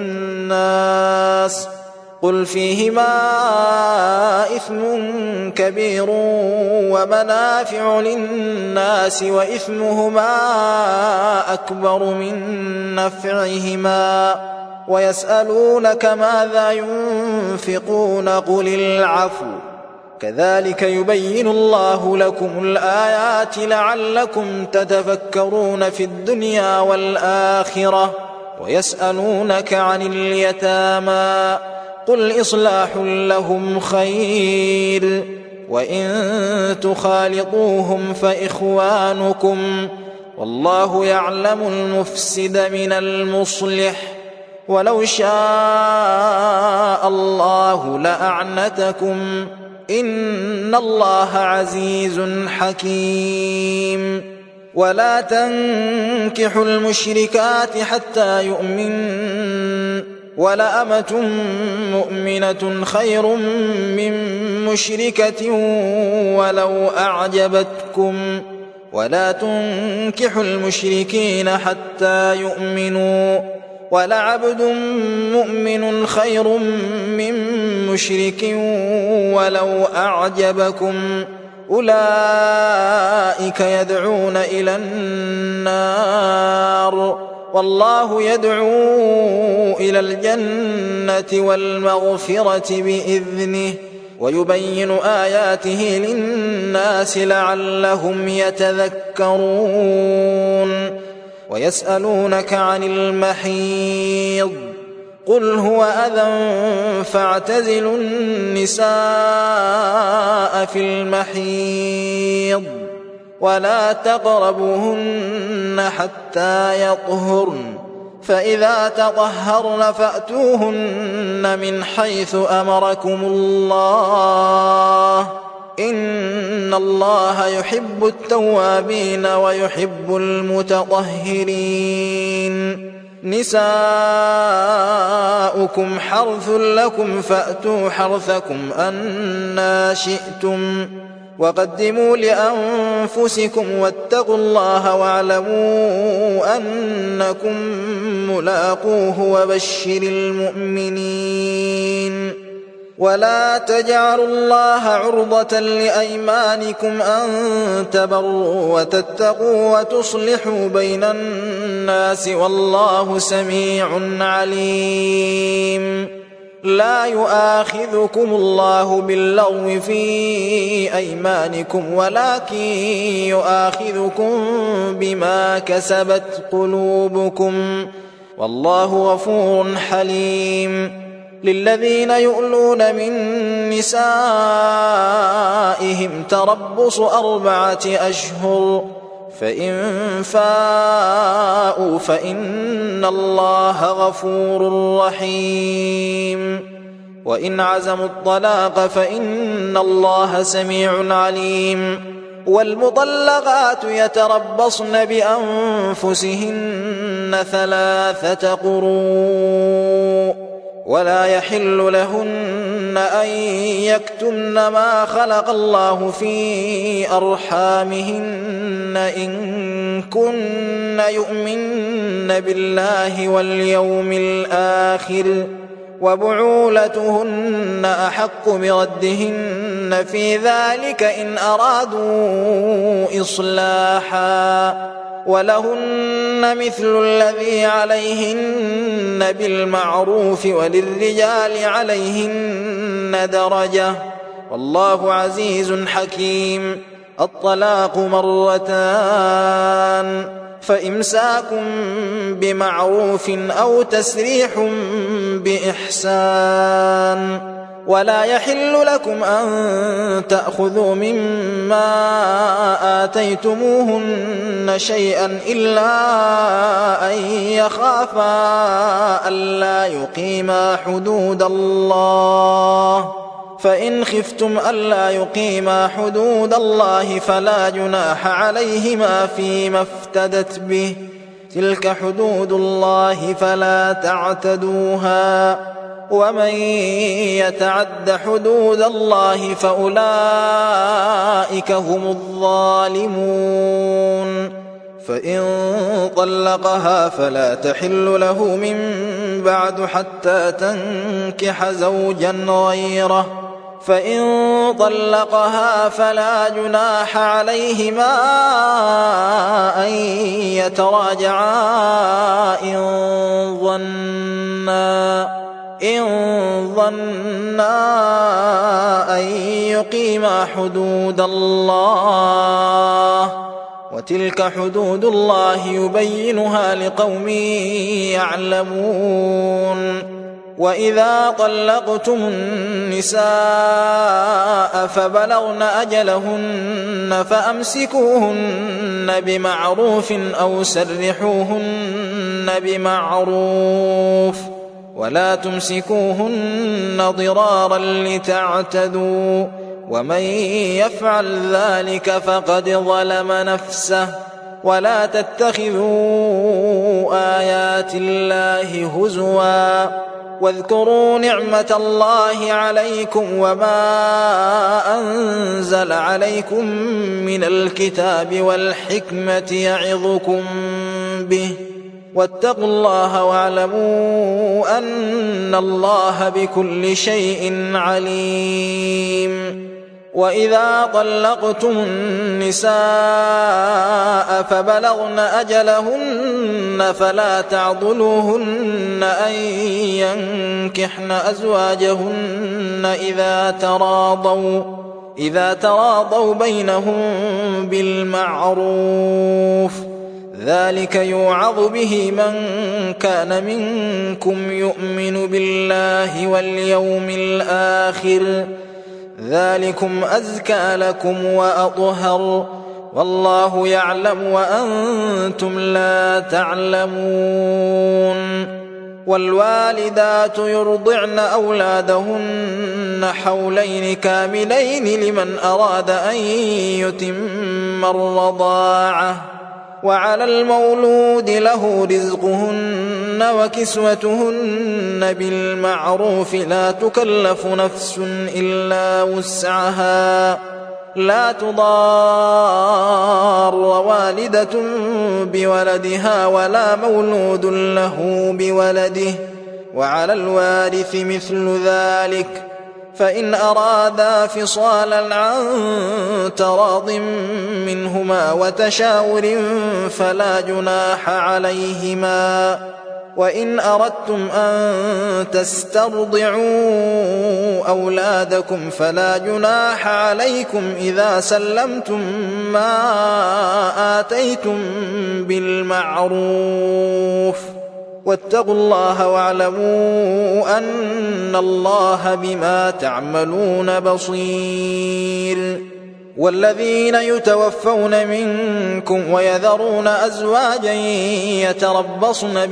للناس قل فيهما إثم كبير ومنافع للناس وإثمهما أكبر من نفعهما ويسألونك ماذا ينفقون قل العفو كذلك يبين الله لكم الآيات لعلكم تتفكرون في الدنيا والآخرة ويسألونك عن اليتامى قل إصلاح لهم خير وإن تخالطوهم فإخوانكم والله يعلم المفسد من المصلح ولو شاء الله لأعنتكم إن الله عزيز حكيم ولا تنكحوا المشركات حتى يؤمنن ولأمة مؤمنة خير من مشركة ولو أعجبتكم ولا تنكحوا المشركين حتى يؤمنوا ولعبد مؤمن خير من مشرك ولو أعجبكم أولئك يدعون إلى النار والله يدعو إلى الجنة والمغفرة بإذنه ويبين آياته للناس لعلهم يتذكرون ويسألونك عن المحيض قل هو أذى فاعتزلوا النساء في المحيض ولا تقربوهن حتى يطهرن فإذا تطهرن فأتوهن من حيث أمركم الله إن الله يحب التوابين ويحب المتطهرين نساؤكم حرث لكم فأتوا حرثكم أنى شئتم وقدموا لأنفسكم واتقوا الله واعلموا أنكم ملاقوه وبشر المؤمنين ولا تجعلوا الله عرضة لأيمانكم أن تبروا وتتقوا وتصلحوا بين الناس والله سميع عليم لا يؤاخذكم الله باللغو في أيمانكم ولكن يؤاخذكم بما كسبت قلوبكم والله غفور حليم للذين يؤلون من نسائهم تربص أربعة أشهر فإن فاءوا فإن الله غفور رحيم وإن عزموا الطلاق فإن الله سميع عليم والمطلقات يتربصن بأنفسهن ثلاثة قروء ولا يحل لهن أن يكتمن ما خلق الله في أرحامهن إن كن يؤمن بالله واليوم الآخر وبعولتهن أحق بردهن إن في ذلك إن أرادوا إصلاحا ولهن مثل الذي عليهن بالمعروف وللرجال عليهن درجة والله عزيز حكيم. الطلاق مرتان فإمساك بمعروف أو تسريح بإحسان ولا يحل لكم أن تأخذوا مما آتيتموهن شيئا إلا أن يخافا ألا يقيما حدود الله فإن خفتم ألا يقيما حدود الله فلا جناح عليهما فيما افتدت به تلك حدود الله فلا تعتدوها ومن يتعد حدود الله فأولئك هم الظالمون. فإن طلقها فلا تحل له من بعد حتى تنكح زوجا غيره فإن طلقها فلا جناح عليهما أن يتراجعا إن ظنا إن ظنا أن يقيما حدود الله وتلك حدود الله يبينها لقوم يعلمون. وإذا طلقتم النساء فبلغن أجلهن فأمسكوهن بمعروف أو سرحوهن بمعروف ولا تمسكوهن ضرارا لتعتدوا ومن يفعل ذلك فقد ظلم نفسه ولا تتخذوا آيات الله هزوا واذكروا نعمة الله عليكم وما أنزل عليكم من الكتاب والحكمة يعظكم به واتقوا الله واعلموا أن الله بكل شيء عليم. وإذا طلقتم النساء فبلغن أجلهن فلا تعضلوهن أن ينكحن أزواجهن إذا تراضوا إذا تراضوا بينهم بالمعروف ذلك يوعظ به من كان منكم يؤمن بالله واليوم الآخر ذلكم أزكى لكم وأطهر والله يعلم وأنتم لا تعلمون. والوالدات يرضعن أولادهن حولين كاملين لمن أراد أن يتم الرضاعة وعلى المولود له رزقهن وكسوتهن بالمعروف لا تكلف نفس إلا وسعها لا تضار والدة بولدها ولا مولود له بولده وعلى الوارث مثل ذلك فإن أرادا فصالا عن تراض منهما وتشاور فلا جناح عليهما. وإن أردتم أن تسترضعوا أولادكم فلا جناح عليكم إذا سلمتم ما آتيتم بالمعروف واتقوا الله واعلموا أن الله بما تعملون بصير. والذين يتوفون منكم ويذرون أزواجا يتربصن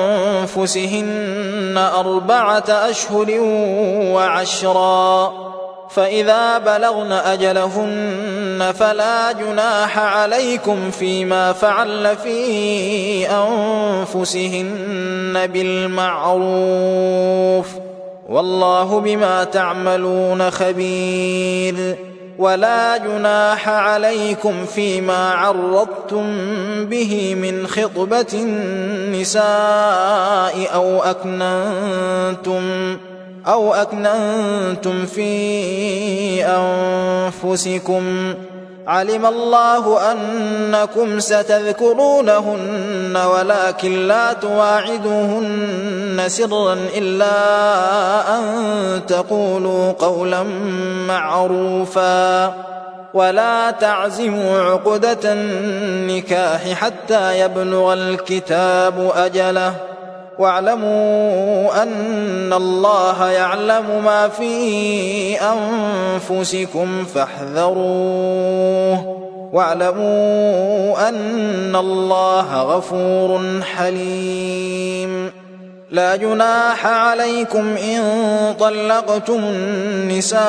بأنفسهن أربعة أشهر وعشرا فإذا بلغن أجلهن فلا جناح عليكم فيما فعلن في أنفسهن بالمعروف والله بما تعملون خبير. ولا جناح عليكم فيما عرضتم به من خطبة النساء أو أكننتم أو أكننتم في أنفسكم علم الله أنكم ستذكرونهن ولكن لا تواعدوهن سرا إلا أن تقولوا قولا معروفا ولا تعزموا عقدة النكاح حتى يبلغ الكتاب أجله واعلموا أن الله يعلم ما في أنفسكم فاحذروه واعلموا أن الله غفور حليم لا جناح عليكم إن طلقتم النساء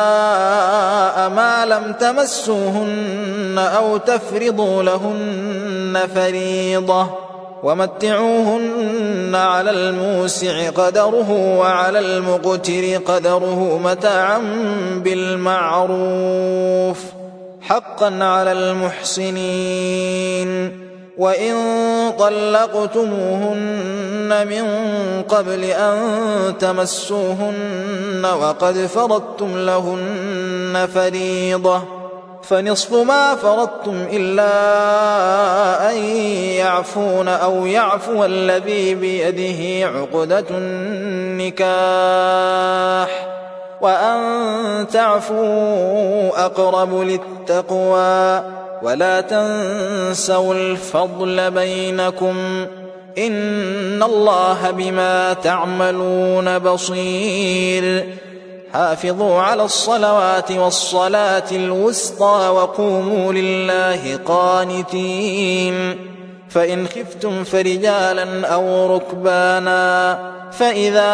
ما لم تمسوهن أو تفرضوا لهن فريضة ومتعوهن على الموسع قدره وعلى المقتر قدره متاعا بالمعروف حقا على المحسنين وإن طلقتموهن من قبل أن تمسوهن وقد فرضتم لهن فريضة فنصف ما فرضتم إلا أن يعفون أو يعفو الذي بيده عقدة النكاح وأن تعفوا أقرب للتقوى ولا تنسوا الفضل بينكم إن الله بما تعملون بصير حافظوا على الصلوات والصلاة الوسطى وقوموا لله قانتين فإن خفتم فرجالا أو ركبانا فإذا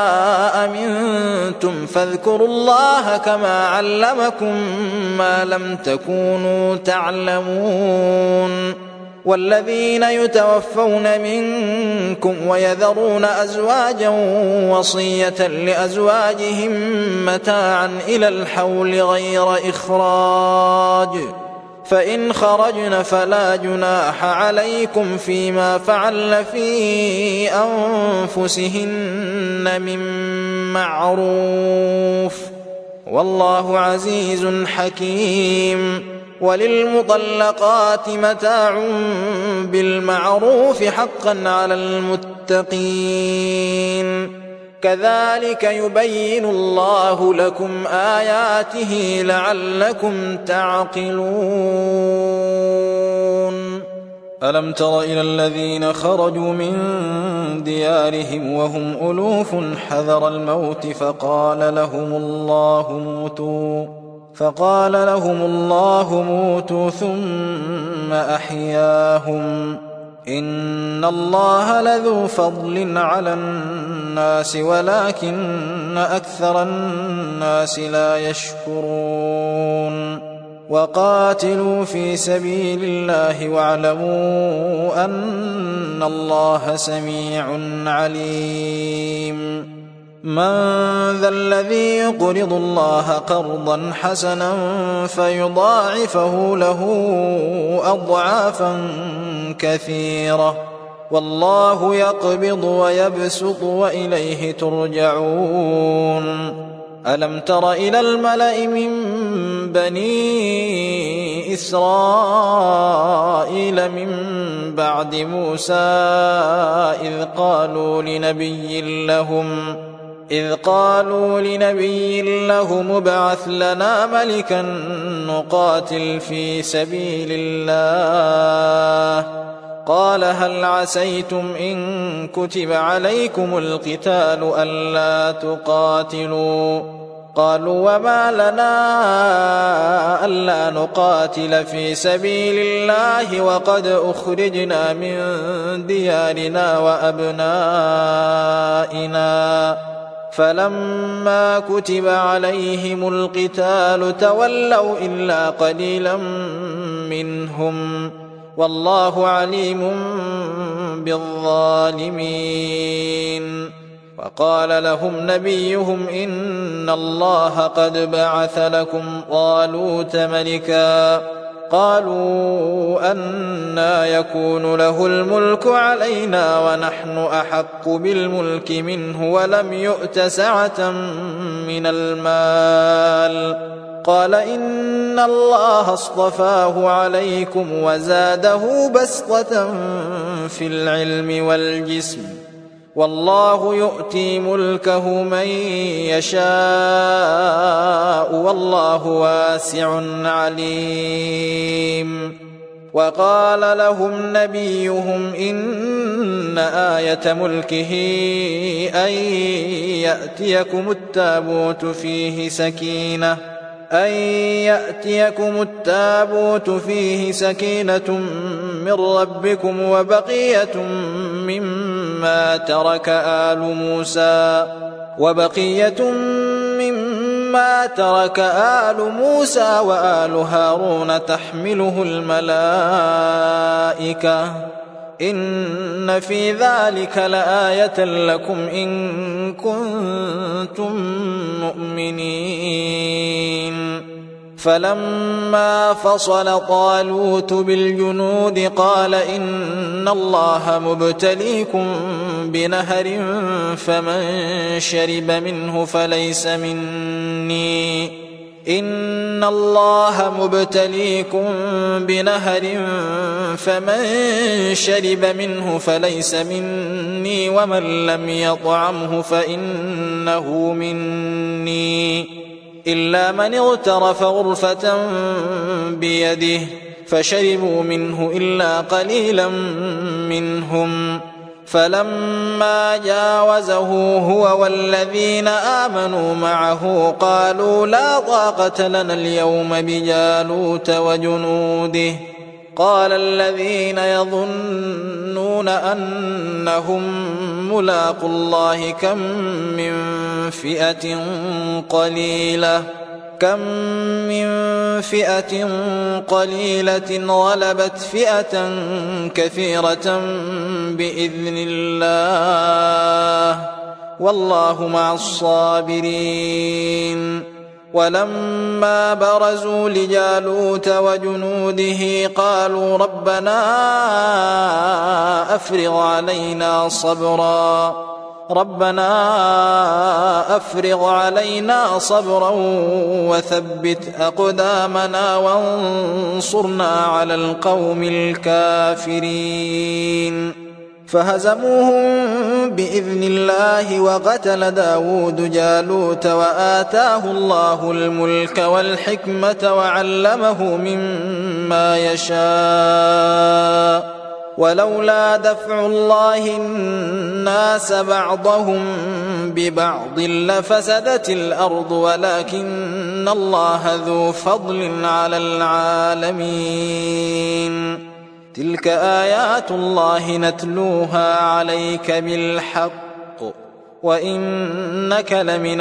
أمنتم فاذكروا الله كما علمكم ما لم تكونوا تعلمون والذين يتوفون منكم ويذرون أزواجا وصية لأزواجهم متاعا إلى الحول غير إخراج فإن خرجن فلا جناح عليكم فيما فعلن في أنفسهن من معروف والله عزيز حكيم وللمطلقات متاع بالمعروف حقا على المتقين كذلك يبين الله لكم آياته لعلكم تعقلون ألم تر إلى الذين خرجوا من ديارهم وهم ألوف حذر الموت فقال لهم الله موتوا فقال لهم الله موتوا ثم أحياهم إن الله لذو فضل على الناس ولكن أكثر الناس لا يشكرون وقاتلوا في سبيل الله واعلموا أن الله سميع عليم من ذا الذي يقرض الله قرضا حسنا فيضاعفه له أضعافا كثيرة والله يقبض ويبسط وإليه ترجعون ألم تر إلى الملأ من بني إسرائيل من بعد موسى إذ قالوا لنبي لهم إذ قالوا لنبي لهم ابعث لنا ملكا نقاتل في سبيل الله قال هل عسيتم إن كتب عليكم القتال ألا تقاتلوا قالوا وما لنا ألا نقاتل في سبيل الله وقد أخرجنا من ديارنا وأبنائنا فلما كتب عليهم القتال تولوا إلا قليلا منهم والله عليم بالظالمين وقال لهم نبيهم إن الله قد بعث لكم طالوت ملكا قالوا أنى يكون له الملك علينا ونحن أحق بالملك منه ولم يؤت سعة من المال. قال إن الله اصطفاه عليكم وزاده بسطة في العلم والجسم والله يؤتي ملكه من يشاء والله واسع عليم. وقال لهم نبيهم إن آية ملكه أن يأتيكم التابوت فيه سكينة أن يأتيكم التابوت فيه سكينة من ربكم وبقية مما ترك آل موسى وبقية مما ترك آل موسى وآل هارون تحمله الملائكة إن في ذلك لآية لكم إن كنتم مؤمنين. فلما فصل طالوت بالجنود قال إن الله مبتليكم بنهر فمن شرب منه فليس مني إن الله مبتليكم بنهر فمن شرب منه فليس مني ومن لم يطعمه فإنه مني إلا من اغترف غرفة بيده فشربوا منه إلا قليلا منهم. فلما جاوزه هو والذين آمنوا معه قالوا لا طاقة لنا اليوم بجالوت وجنوده. قال الذين يظنون أنهم ملاقو الله كم من فئة قليلة كم من فئة قليلة غلبت فئة كثيرة بإذن الله والله مع الصابرين. ولما برزوا لجالوت وجنوده قالوا ربنا أفرغ علينا صبرا ربنا أفرغ علينا صبرا وثبت أقدامنا وانصرنا على القوم الكافرين. فهزموهم بإذن الله وقتل داود جالوت وآتاه الله الملك والحكمة وعلمه مما يشاء ولولا دفع الله الناس بعضهم ببعض لفسدت الأرض ولكن الله ذو فضل على العالمين. تلك آيات الله نتلوها عليك بالحق وإنك لمن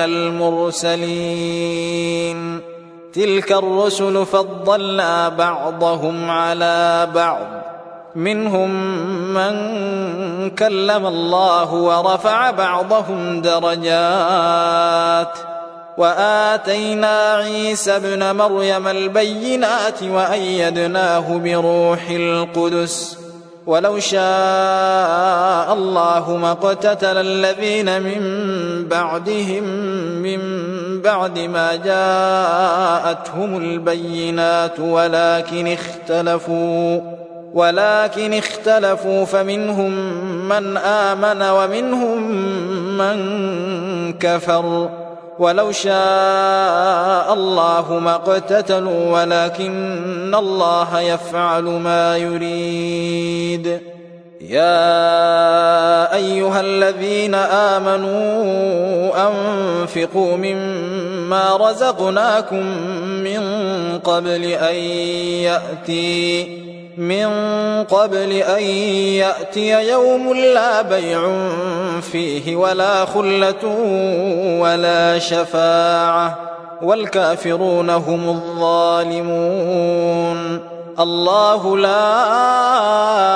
المرسلين. تلك الرسل فضلنا بعضهم على بعض منهم من كلم الله ورفع بعضهم درجات وآتينا عيسى ابن مريم البينات وأيدناه بروح القدس ولو شاء الله ما اقتتل الذين من بعدهم من بعد ما جاءتهم البينات ولكن اختلفوا ولكن اختلفوا فمنهم من آمن ومنهم من كفر ولو شاء الله ما اقتتلوا ولكن الله يفعل ما يريد. يا أيها الذين آمنوا أنفقوا مما رزقناكم من قبل أن يأتي من قبل أن يأتي يوم لا بيع فيه ولا خلة ولا شفاعة والكافرون هم الظالمون. الله لا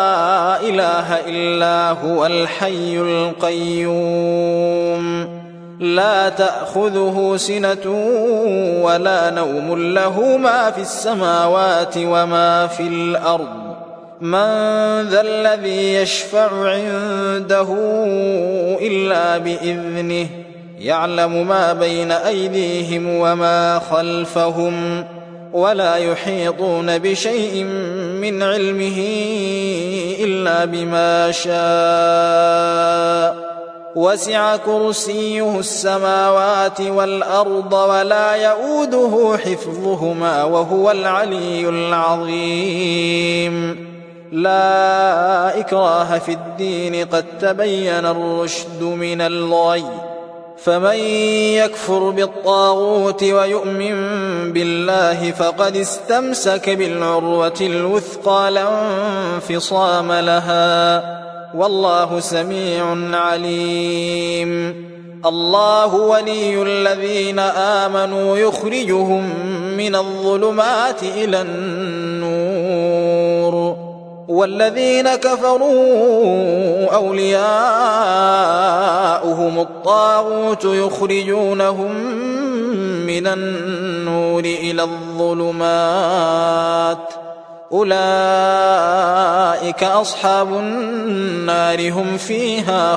إله إلا هو الحي القيوم لا تأخذه سنة ولا نوم له ما في السماوات وما في الأرض من ذا الذي يشفع عنده إلا بإذنه يعلم ما بين أيديهم وما خلفهم ولا يحيطون بشيء من علمه إلا بما شاء وسع كرسيه السماوات والأرض ولا يؤوده حفظهما وهو العلي العظيم لا إكراه في الدين قد تبين الرشد من الغي فمن يكفر بالطاغوت ويؤمن بالله فقد استمسك بالعروة الوثقى لا انفصام لها والله سميع عليم الله ولي الذين آمنوا يخرجهم من الظلمات إلى النور والذين كفروا أولياؤهم الطاغوت يخرجونهم من النور إلى الظلمات أولئك أصحاب النار هم فيها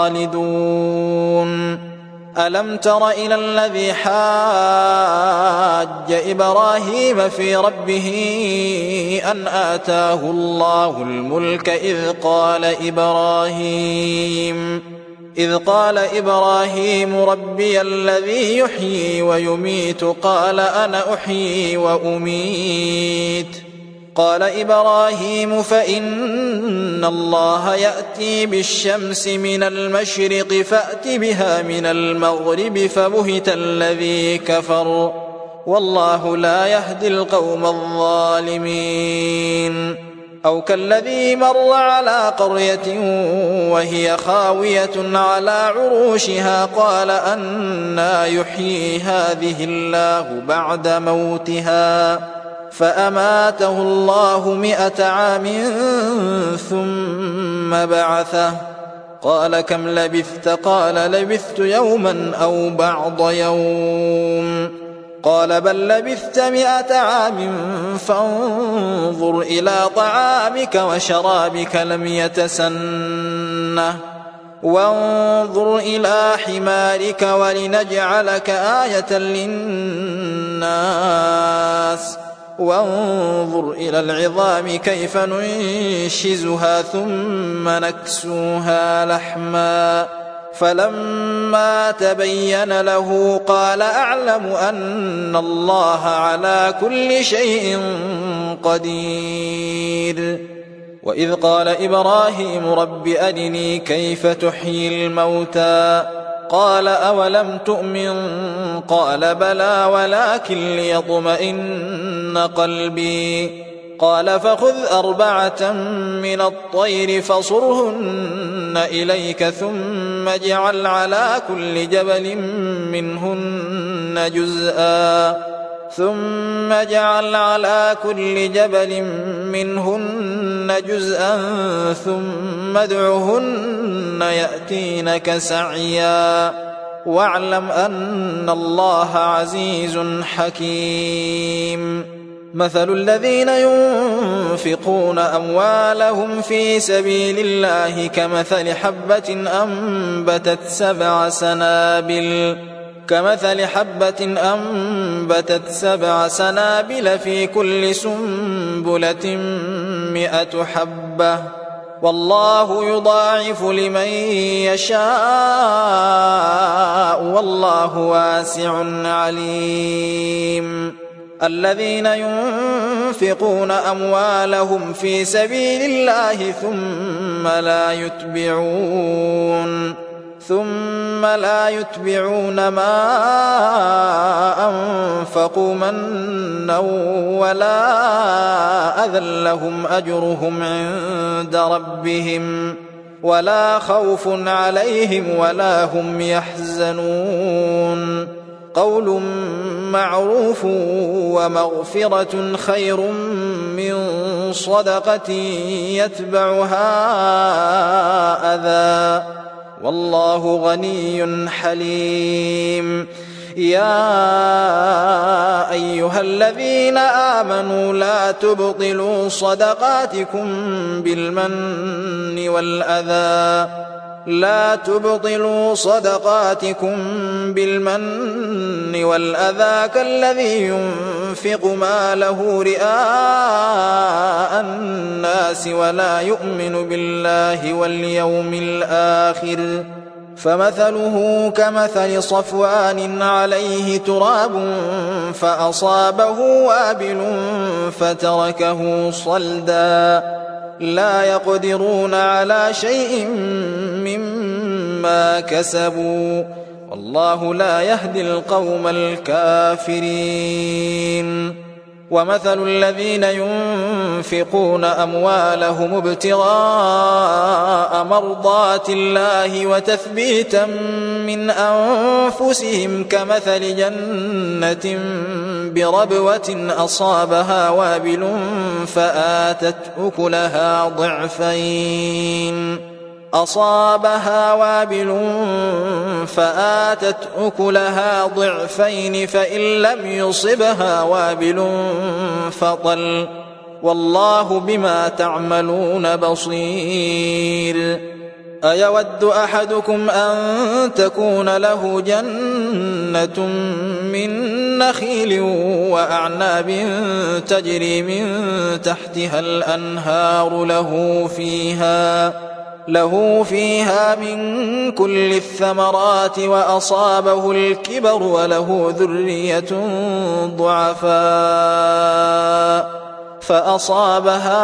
خالدون ألم تر إلى الذي حاج إبراهيم في ربه أن آتاه الله الملك إذ قال إبراهيم إذ قال إبراهيم ربي الذي يحيي ويميت قال أنا أحيي وأميت قال إبراهيم فإن الله يأتي بالشمس من المشرق فأت بها من المغرب فبهت الذي كفر والله لا يهدي القوم الظالمين أو كالذي مر على قرية وهي خاوية على عروشها قال أنى يحيي هذه الله بعد موتها فأماته الله مئة عام ثم بعثه قال كم لبثت قال لبثت يوما أو بعض يوم قال بل لبثت مئة عام فانظر إلى طعامك وشرابك لم يتسنه وانظر إلى حمارك ولنجعلك آية للناس وانظر إلى العظام كيف ننشزها ثم نكسوها لحما فلما تبين له قال أعلم أن الله على كل شيء قدير وإذ قال إبراهيم رب أرني كيف تحيي الموتى قال أولم تؤمن قال بلى ولكن ليطمئن قلبي قال فخذ أربعة من الطير فصرهن إليك ثم اجعل على كل جبل منهن جزءا ثم اجعل على كل جبل منهن جزءا ثم ادعهن يأتينك سعيا واعلم أن الله عزيز حكيم مثل الذين ينفقون أموالهم في سبيل الله كمثل حبة أنبتت سبع سنابل كمثل حبة أنبتت سبع سنابل في كل سنبلة مئة حبة والله يضاعف لمن يشاء والله واسع عليم الذين ينفقون أموالهم في سبيل الله ثم لا يتبعون ثم لا يتبعون ما أنفقوا منا ولا أذى لهم أجرهم عند ربهم ولا خوف عليهم ولا هم يحزنون قول معروف ومغفرة خير من صدقة يتبعها أذى والله غني حليم. يا أيها الذين آمنوا لا تبطلوا صدقاتكم بالمن والأذى لا تبطلوا صدقاتكم بالمن والأذى كالذي ينفق ماله رئاء الناس ولا يؤمن بالله واليوم الآخر فمثله كمثل صفوان عليه تراب فأصابه وابل فتركه صلدا لا يقدرون على شيء مما كسبوا والله لا يهدي القوم الكافرين. ومثل الذين ينفقون أموالهم ابتغاء مرضات الله وتثبيتا من أنفسهم كمثل جنة بربوة أصابها وابل فآتت أكلها ضعفين أصابها وابل فآتت أكلها ضعفين فإن لم يصبها وابل فطل والله بما تعملون بصير. أيود أحدكم أن تكون له جنة من نخيل وأعناب تجري من تحتها الأنهار له فيها له فيها من كل الثمرات وأصابه الكبر وله ذرية ضعفاء فأصابها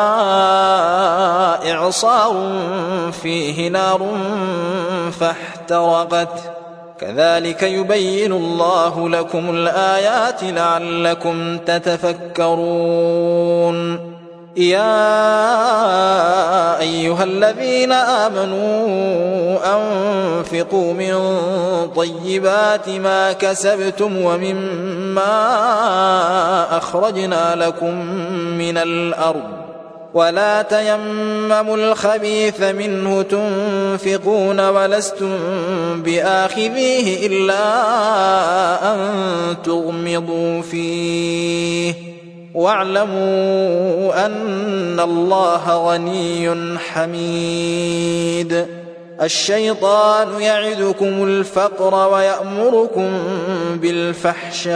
إعصار فيه نار فاحترقت كذلك يبين الله لكم الآيات لعلكم تتفكرون. يا أيها الذين آمنوا أنفقوا من طيبات ما كسبتم ومما أخرجنا لكم من الأرض ولا تيمموا الخبيث منه تنفقون ولستم بآخذيه إلا أن تغمضوا فيه واعلموا أن الله غني حميد. الشيطان يعدكم الفقر ويأمركم بالفحشاء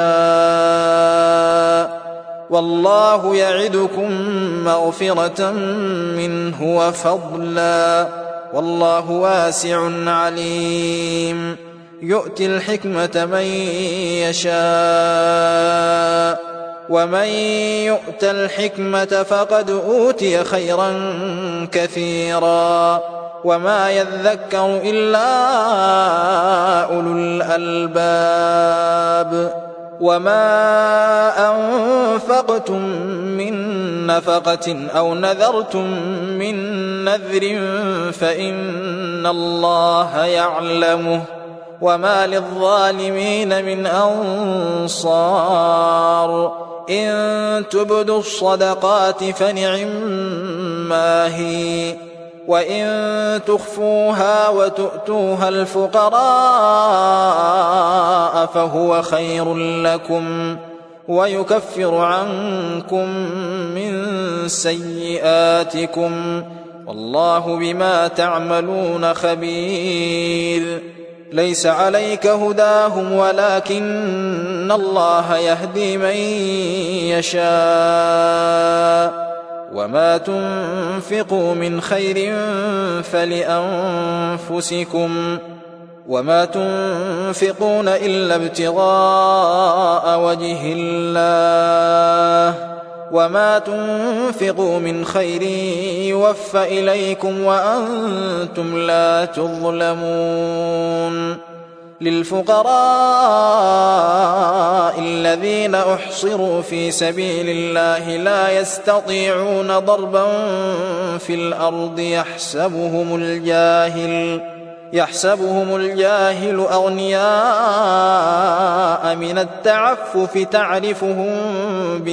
والله يعدكم مغفرة منه وفضلا والله واسع عليم. يؤتي الحكمة من يشاء ومن يؤت الحكمة فقد أوتي خيرا كثيرا وما يذكر إلا أولو الألباب. وما أنفقتم من نفقة أو نذرتم من نذر فإن الله يعلمه وما للظالمين من أنصار. إن تبدوا الصدقات فنعما هي وإن تخفوها وتؤتوها الفقراء فهو خير لكم ويكفر عنكم من سيئاتكم والله بما تعملون خبير. ليس عليك هداهم ولكن الله يهدي من يشاء وما تنفقوا من خير فلأنفسكم وما تنفقون إلا ابتغاء وجه الله وما تنفقوا من خير يوفى إليكم وأنتم لا تظلمون. للفقراء الذين أحصروا في سبيل الله لا يستطيعون ضربا في الأرض يحسبهم الجاهل يحسبهم الجاهل أغنياء من التعفف تعرفهم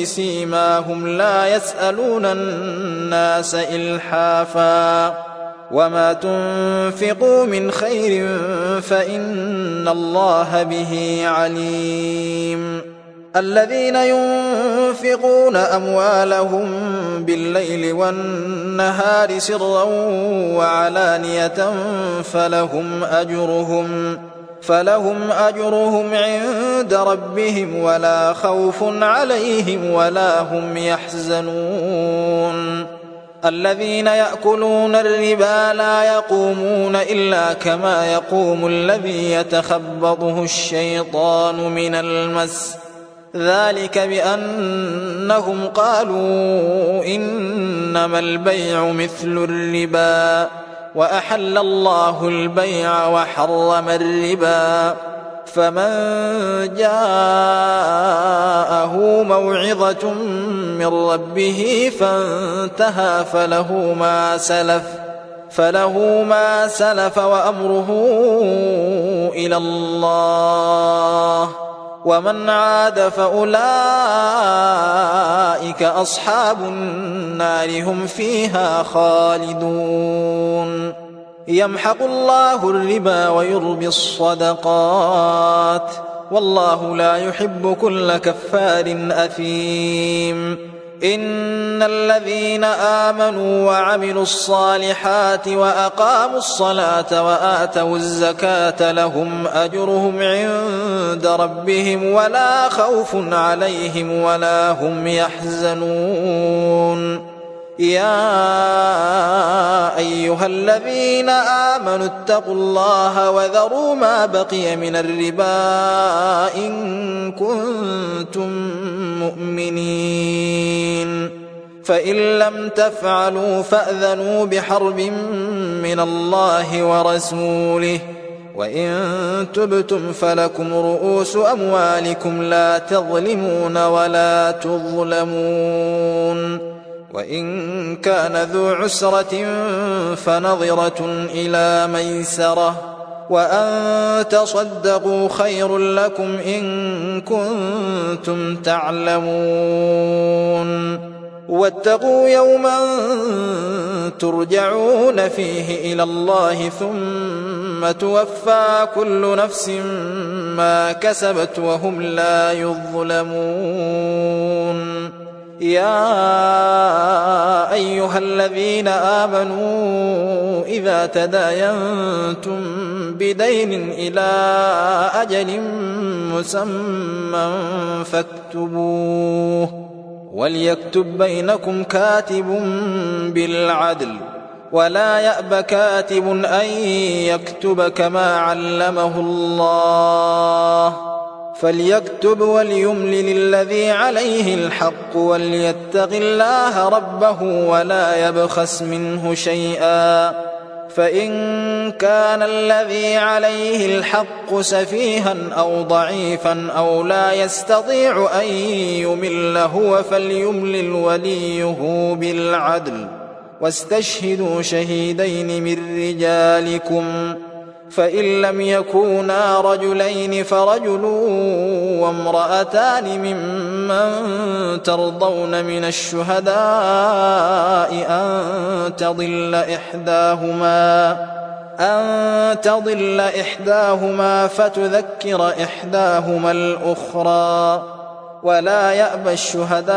بسيماهم لا يسألون الناس إلحافا وما تنفقوا من خير فإن الله به عليم الذين ينفقون أموالهم بالليل والنهار سرا وعلانية فلهم أجرهم فلهم أجرهم عند ربهم ولا خوف عليهم ولا هم يحزنون الذين يأكلون الربا لا يقومون إلا كما يقوم الذي يتخبطه الشيطان من المس ذلك بأنهم قالوا إنما البيع مثل الربا وأحل الله البيع وحرم الربا فمن جاءه موعظة من ربه فانتهى فله ما سلف فله ما سلف وأمره إلى الله ومن عاد فأولئك أصحاب النار هم فيها خالدون يمحق الله الربا ويربي الصدقات والله لا يحب كل كفار أثيم إن الذين آمنوا وعملوا الصالحات وأقاموا الصلاة وآتوا الزكاة لهم أجرهم عند ربهم ولا خوف عليهم ولا هم يحزنون يا أيها الذين آمنوا اتقوا الله وذروا ما بقي من الربا إن كنتم مؤمنين فإن لم تفعلوا فأذنوا بحرب من الله ورسوله وإن تبتم فلكم رؤوس أموالكم لا تظلمون ولا تظلمون وإن كان ذو عسرة فنظرة إلى ميسرة وأن تصدقوا خير لكم إن كنتم تعلمون واتقوا يوما ترجعون فيه إلى الله ثم توفى كل نفس ما كسبت وهم لا يظلمون يا أيها الذين آمنوا إذا تداينتم بدين إلى أجل مسمى فاكتبوه وليكتب بينكم كاتب بالعدل ولا يأب كاتب أن يكتب كما علمه الله فليكتب وليملل الذي عليه الحق وليتق الله ربه ولا يبخس منه شيئا فإن كان الذي عليه الحق سفيها أو ضعيفا أو لا يستطيع أن يمل هو فليملل وليه بالعدل واستشهدوا شهيدين من رجالكم فإن لم يكونا رجلين فرجل وامرأتان ممن ترضون من الشهداء أن تضل إحداهما أن تضل إحداهما فتذكر إحداهما الأخرى ولا يأبى الشهداء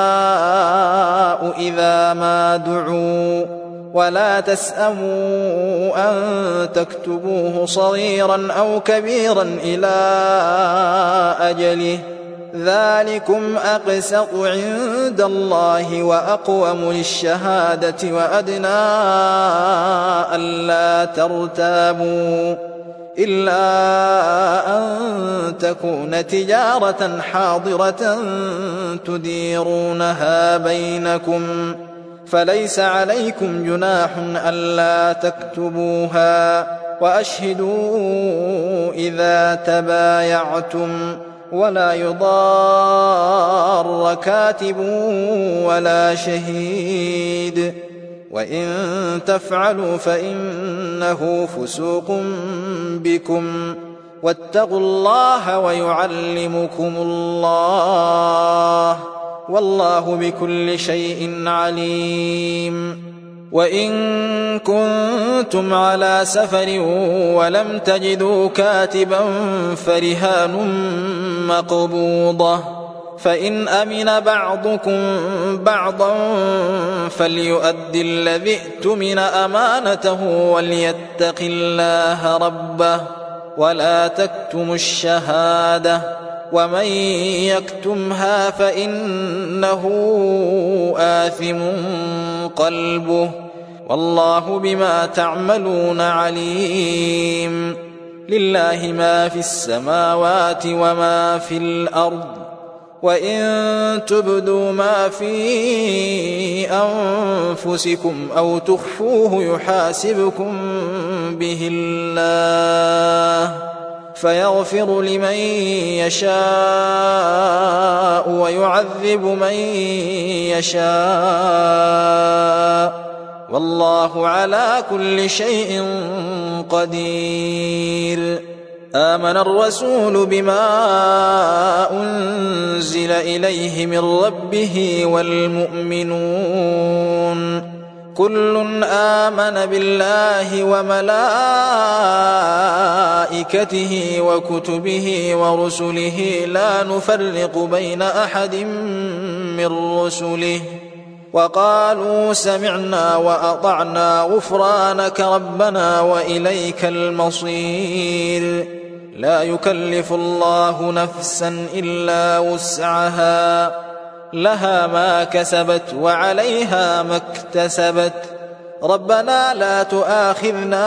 إذا ما دعوا ولا تسأموا أن تكتبوه صغيرا أو كبيرا إلى أجله ذلكم أقسط عند الله وأقوم للشهادة وأدنى ألا ترتابوا إلا أن تكون تجارة حاضرة تديرونها بينكم فليس عليكم جناح ألا تكتبوها وأشهدوا إذا تبايعتم ولا يضار كاتب ولا شهيد وإن تفعلوا فإنه فسوق بكم واتقوا الله ويعلمكم الله والله بكل شيء عليم وإن كنتم على سفر ولم تجدوا كاتبا فرهان مقبوضة، فإن أمن بعضكم بعضا فليؤد الذي اؤتمن أمانته وليتق الله ربه ولا تكتموا الشهادة ومن يكتمها فإنه آثم قلبه والله بما تعملون عليم. لله ما في السماوات وما في الأرض، وإن تبدوا ما في أنفسكم أو تخفوه يحاسبكم به الله فيغفر لمن يشاء ويعذب من يشاء والله على كل شيء قدير. آمن الرسول بما أنزل إليه من ربه والمؤمنون كل آمن بالله وملائكته وكتبه ورسله لا نفرق بين أحد من رسله وقالوا سمعنا وأطعنا غفرانك ربنا وإليك المصير. لا يكلف الله نفسا إلا وسعها لها ما كسبت وعليها ما اكتسبت ربنا لا تؤاخذنا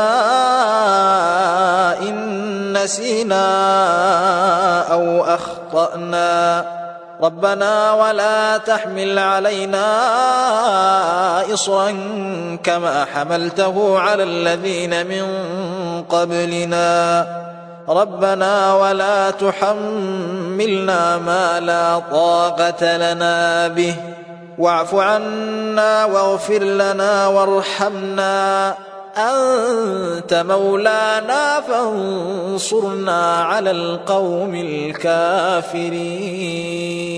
إن نسينا أو أخطأنا ربنا ولا تحمل علينا إصرا كما حملته على الذين من قبلنا ربنا ولا تحملنا ما لا طاقة لنا به واعف عنا واغفر لنا وارحمنا أنت مولانا فانصرنا على القوم الكافرين.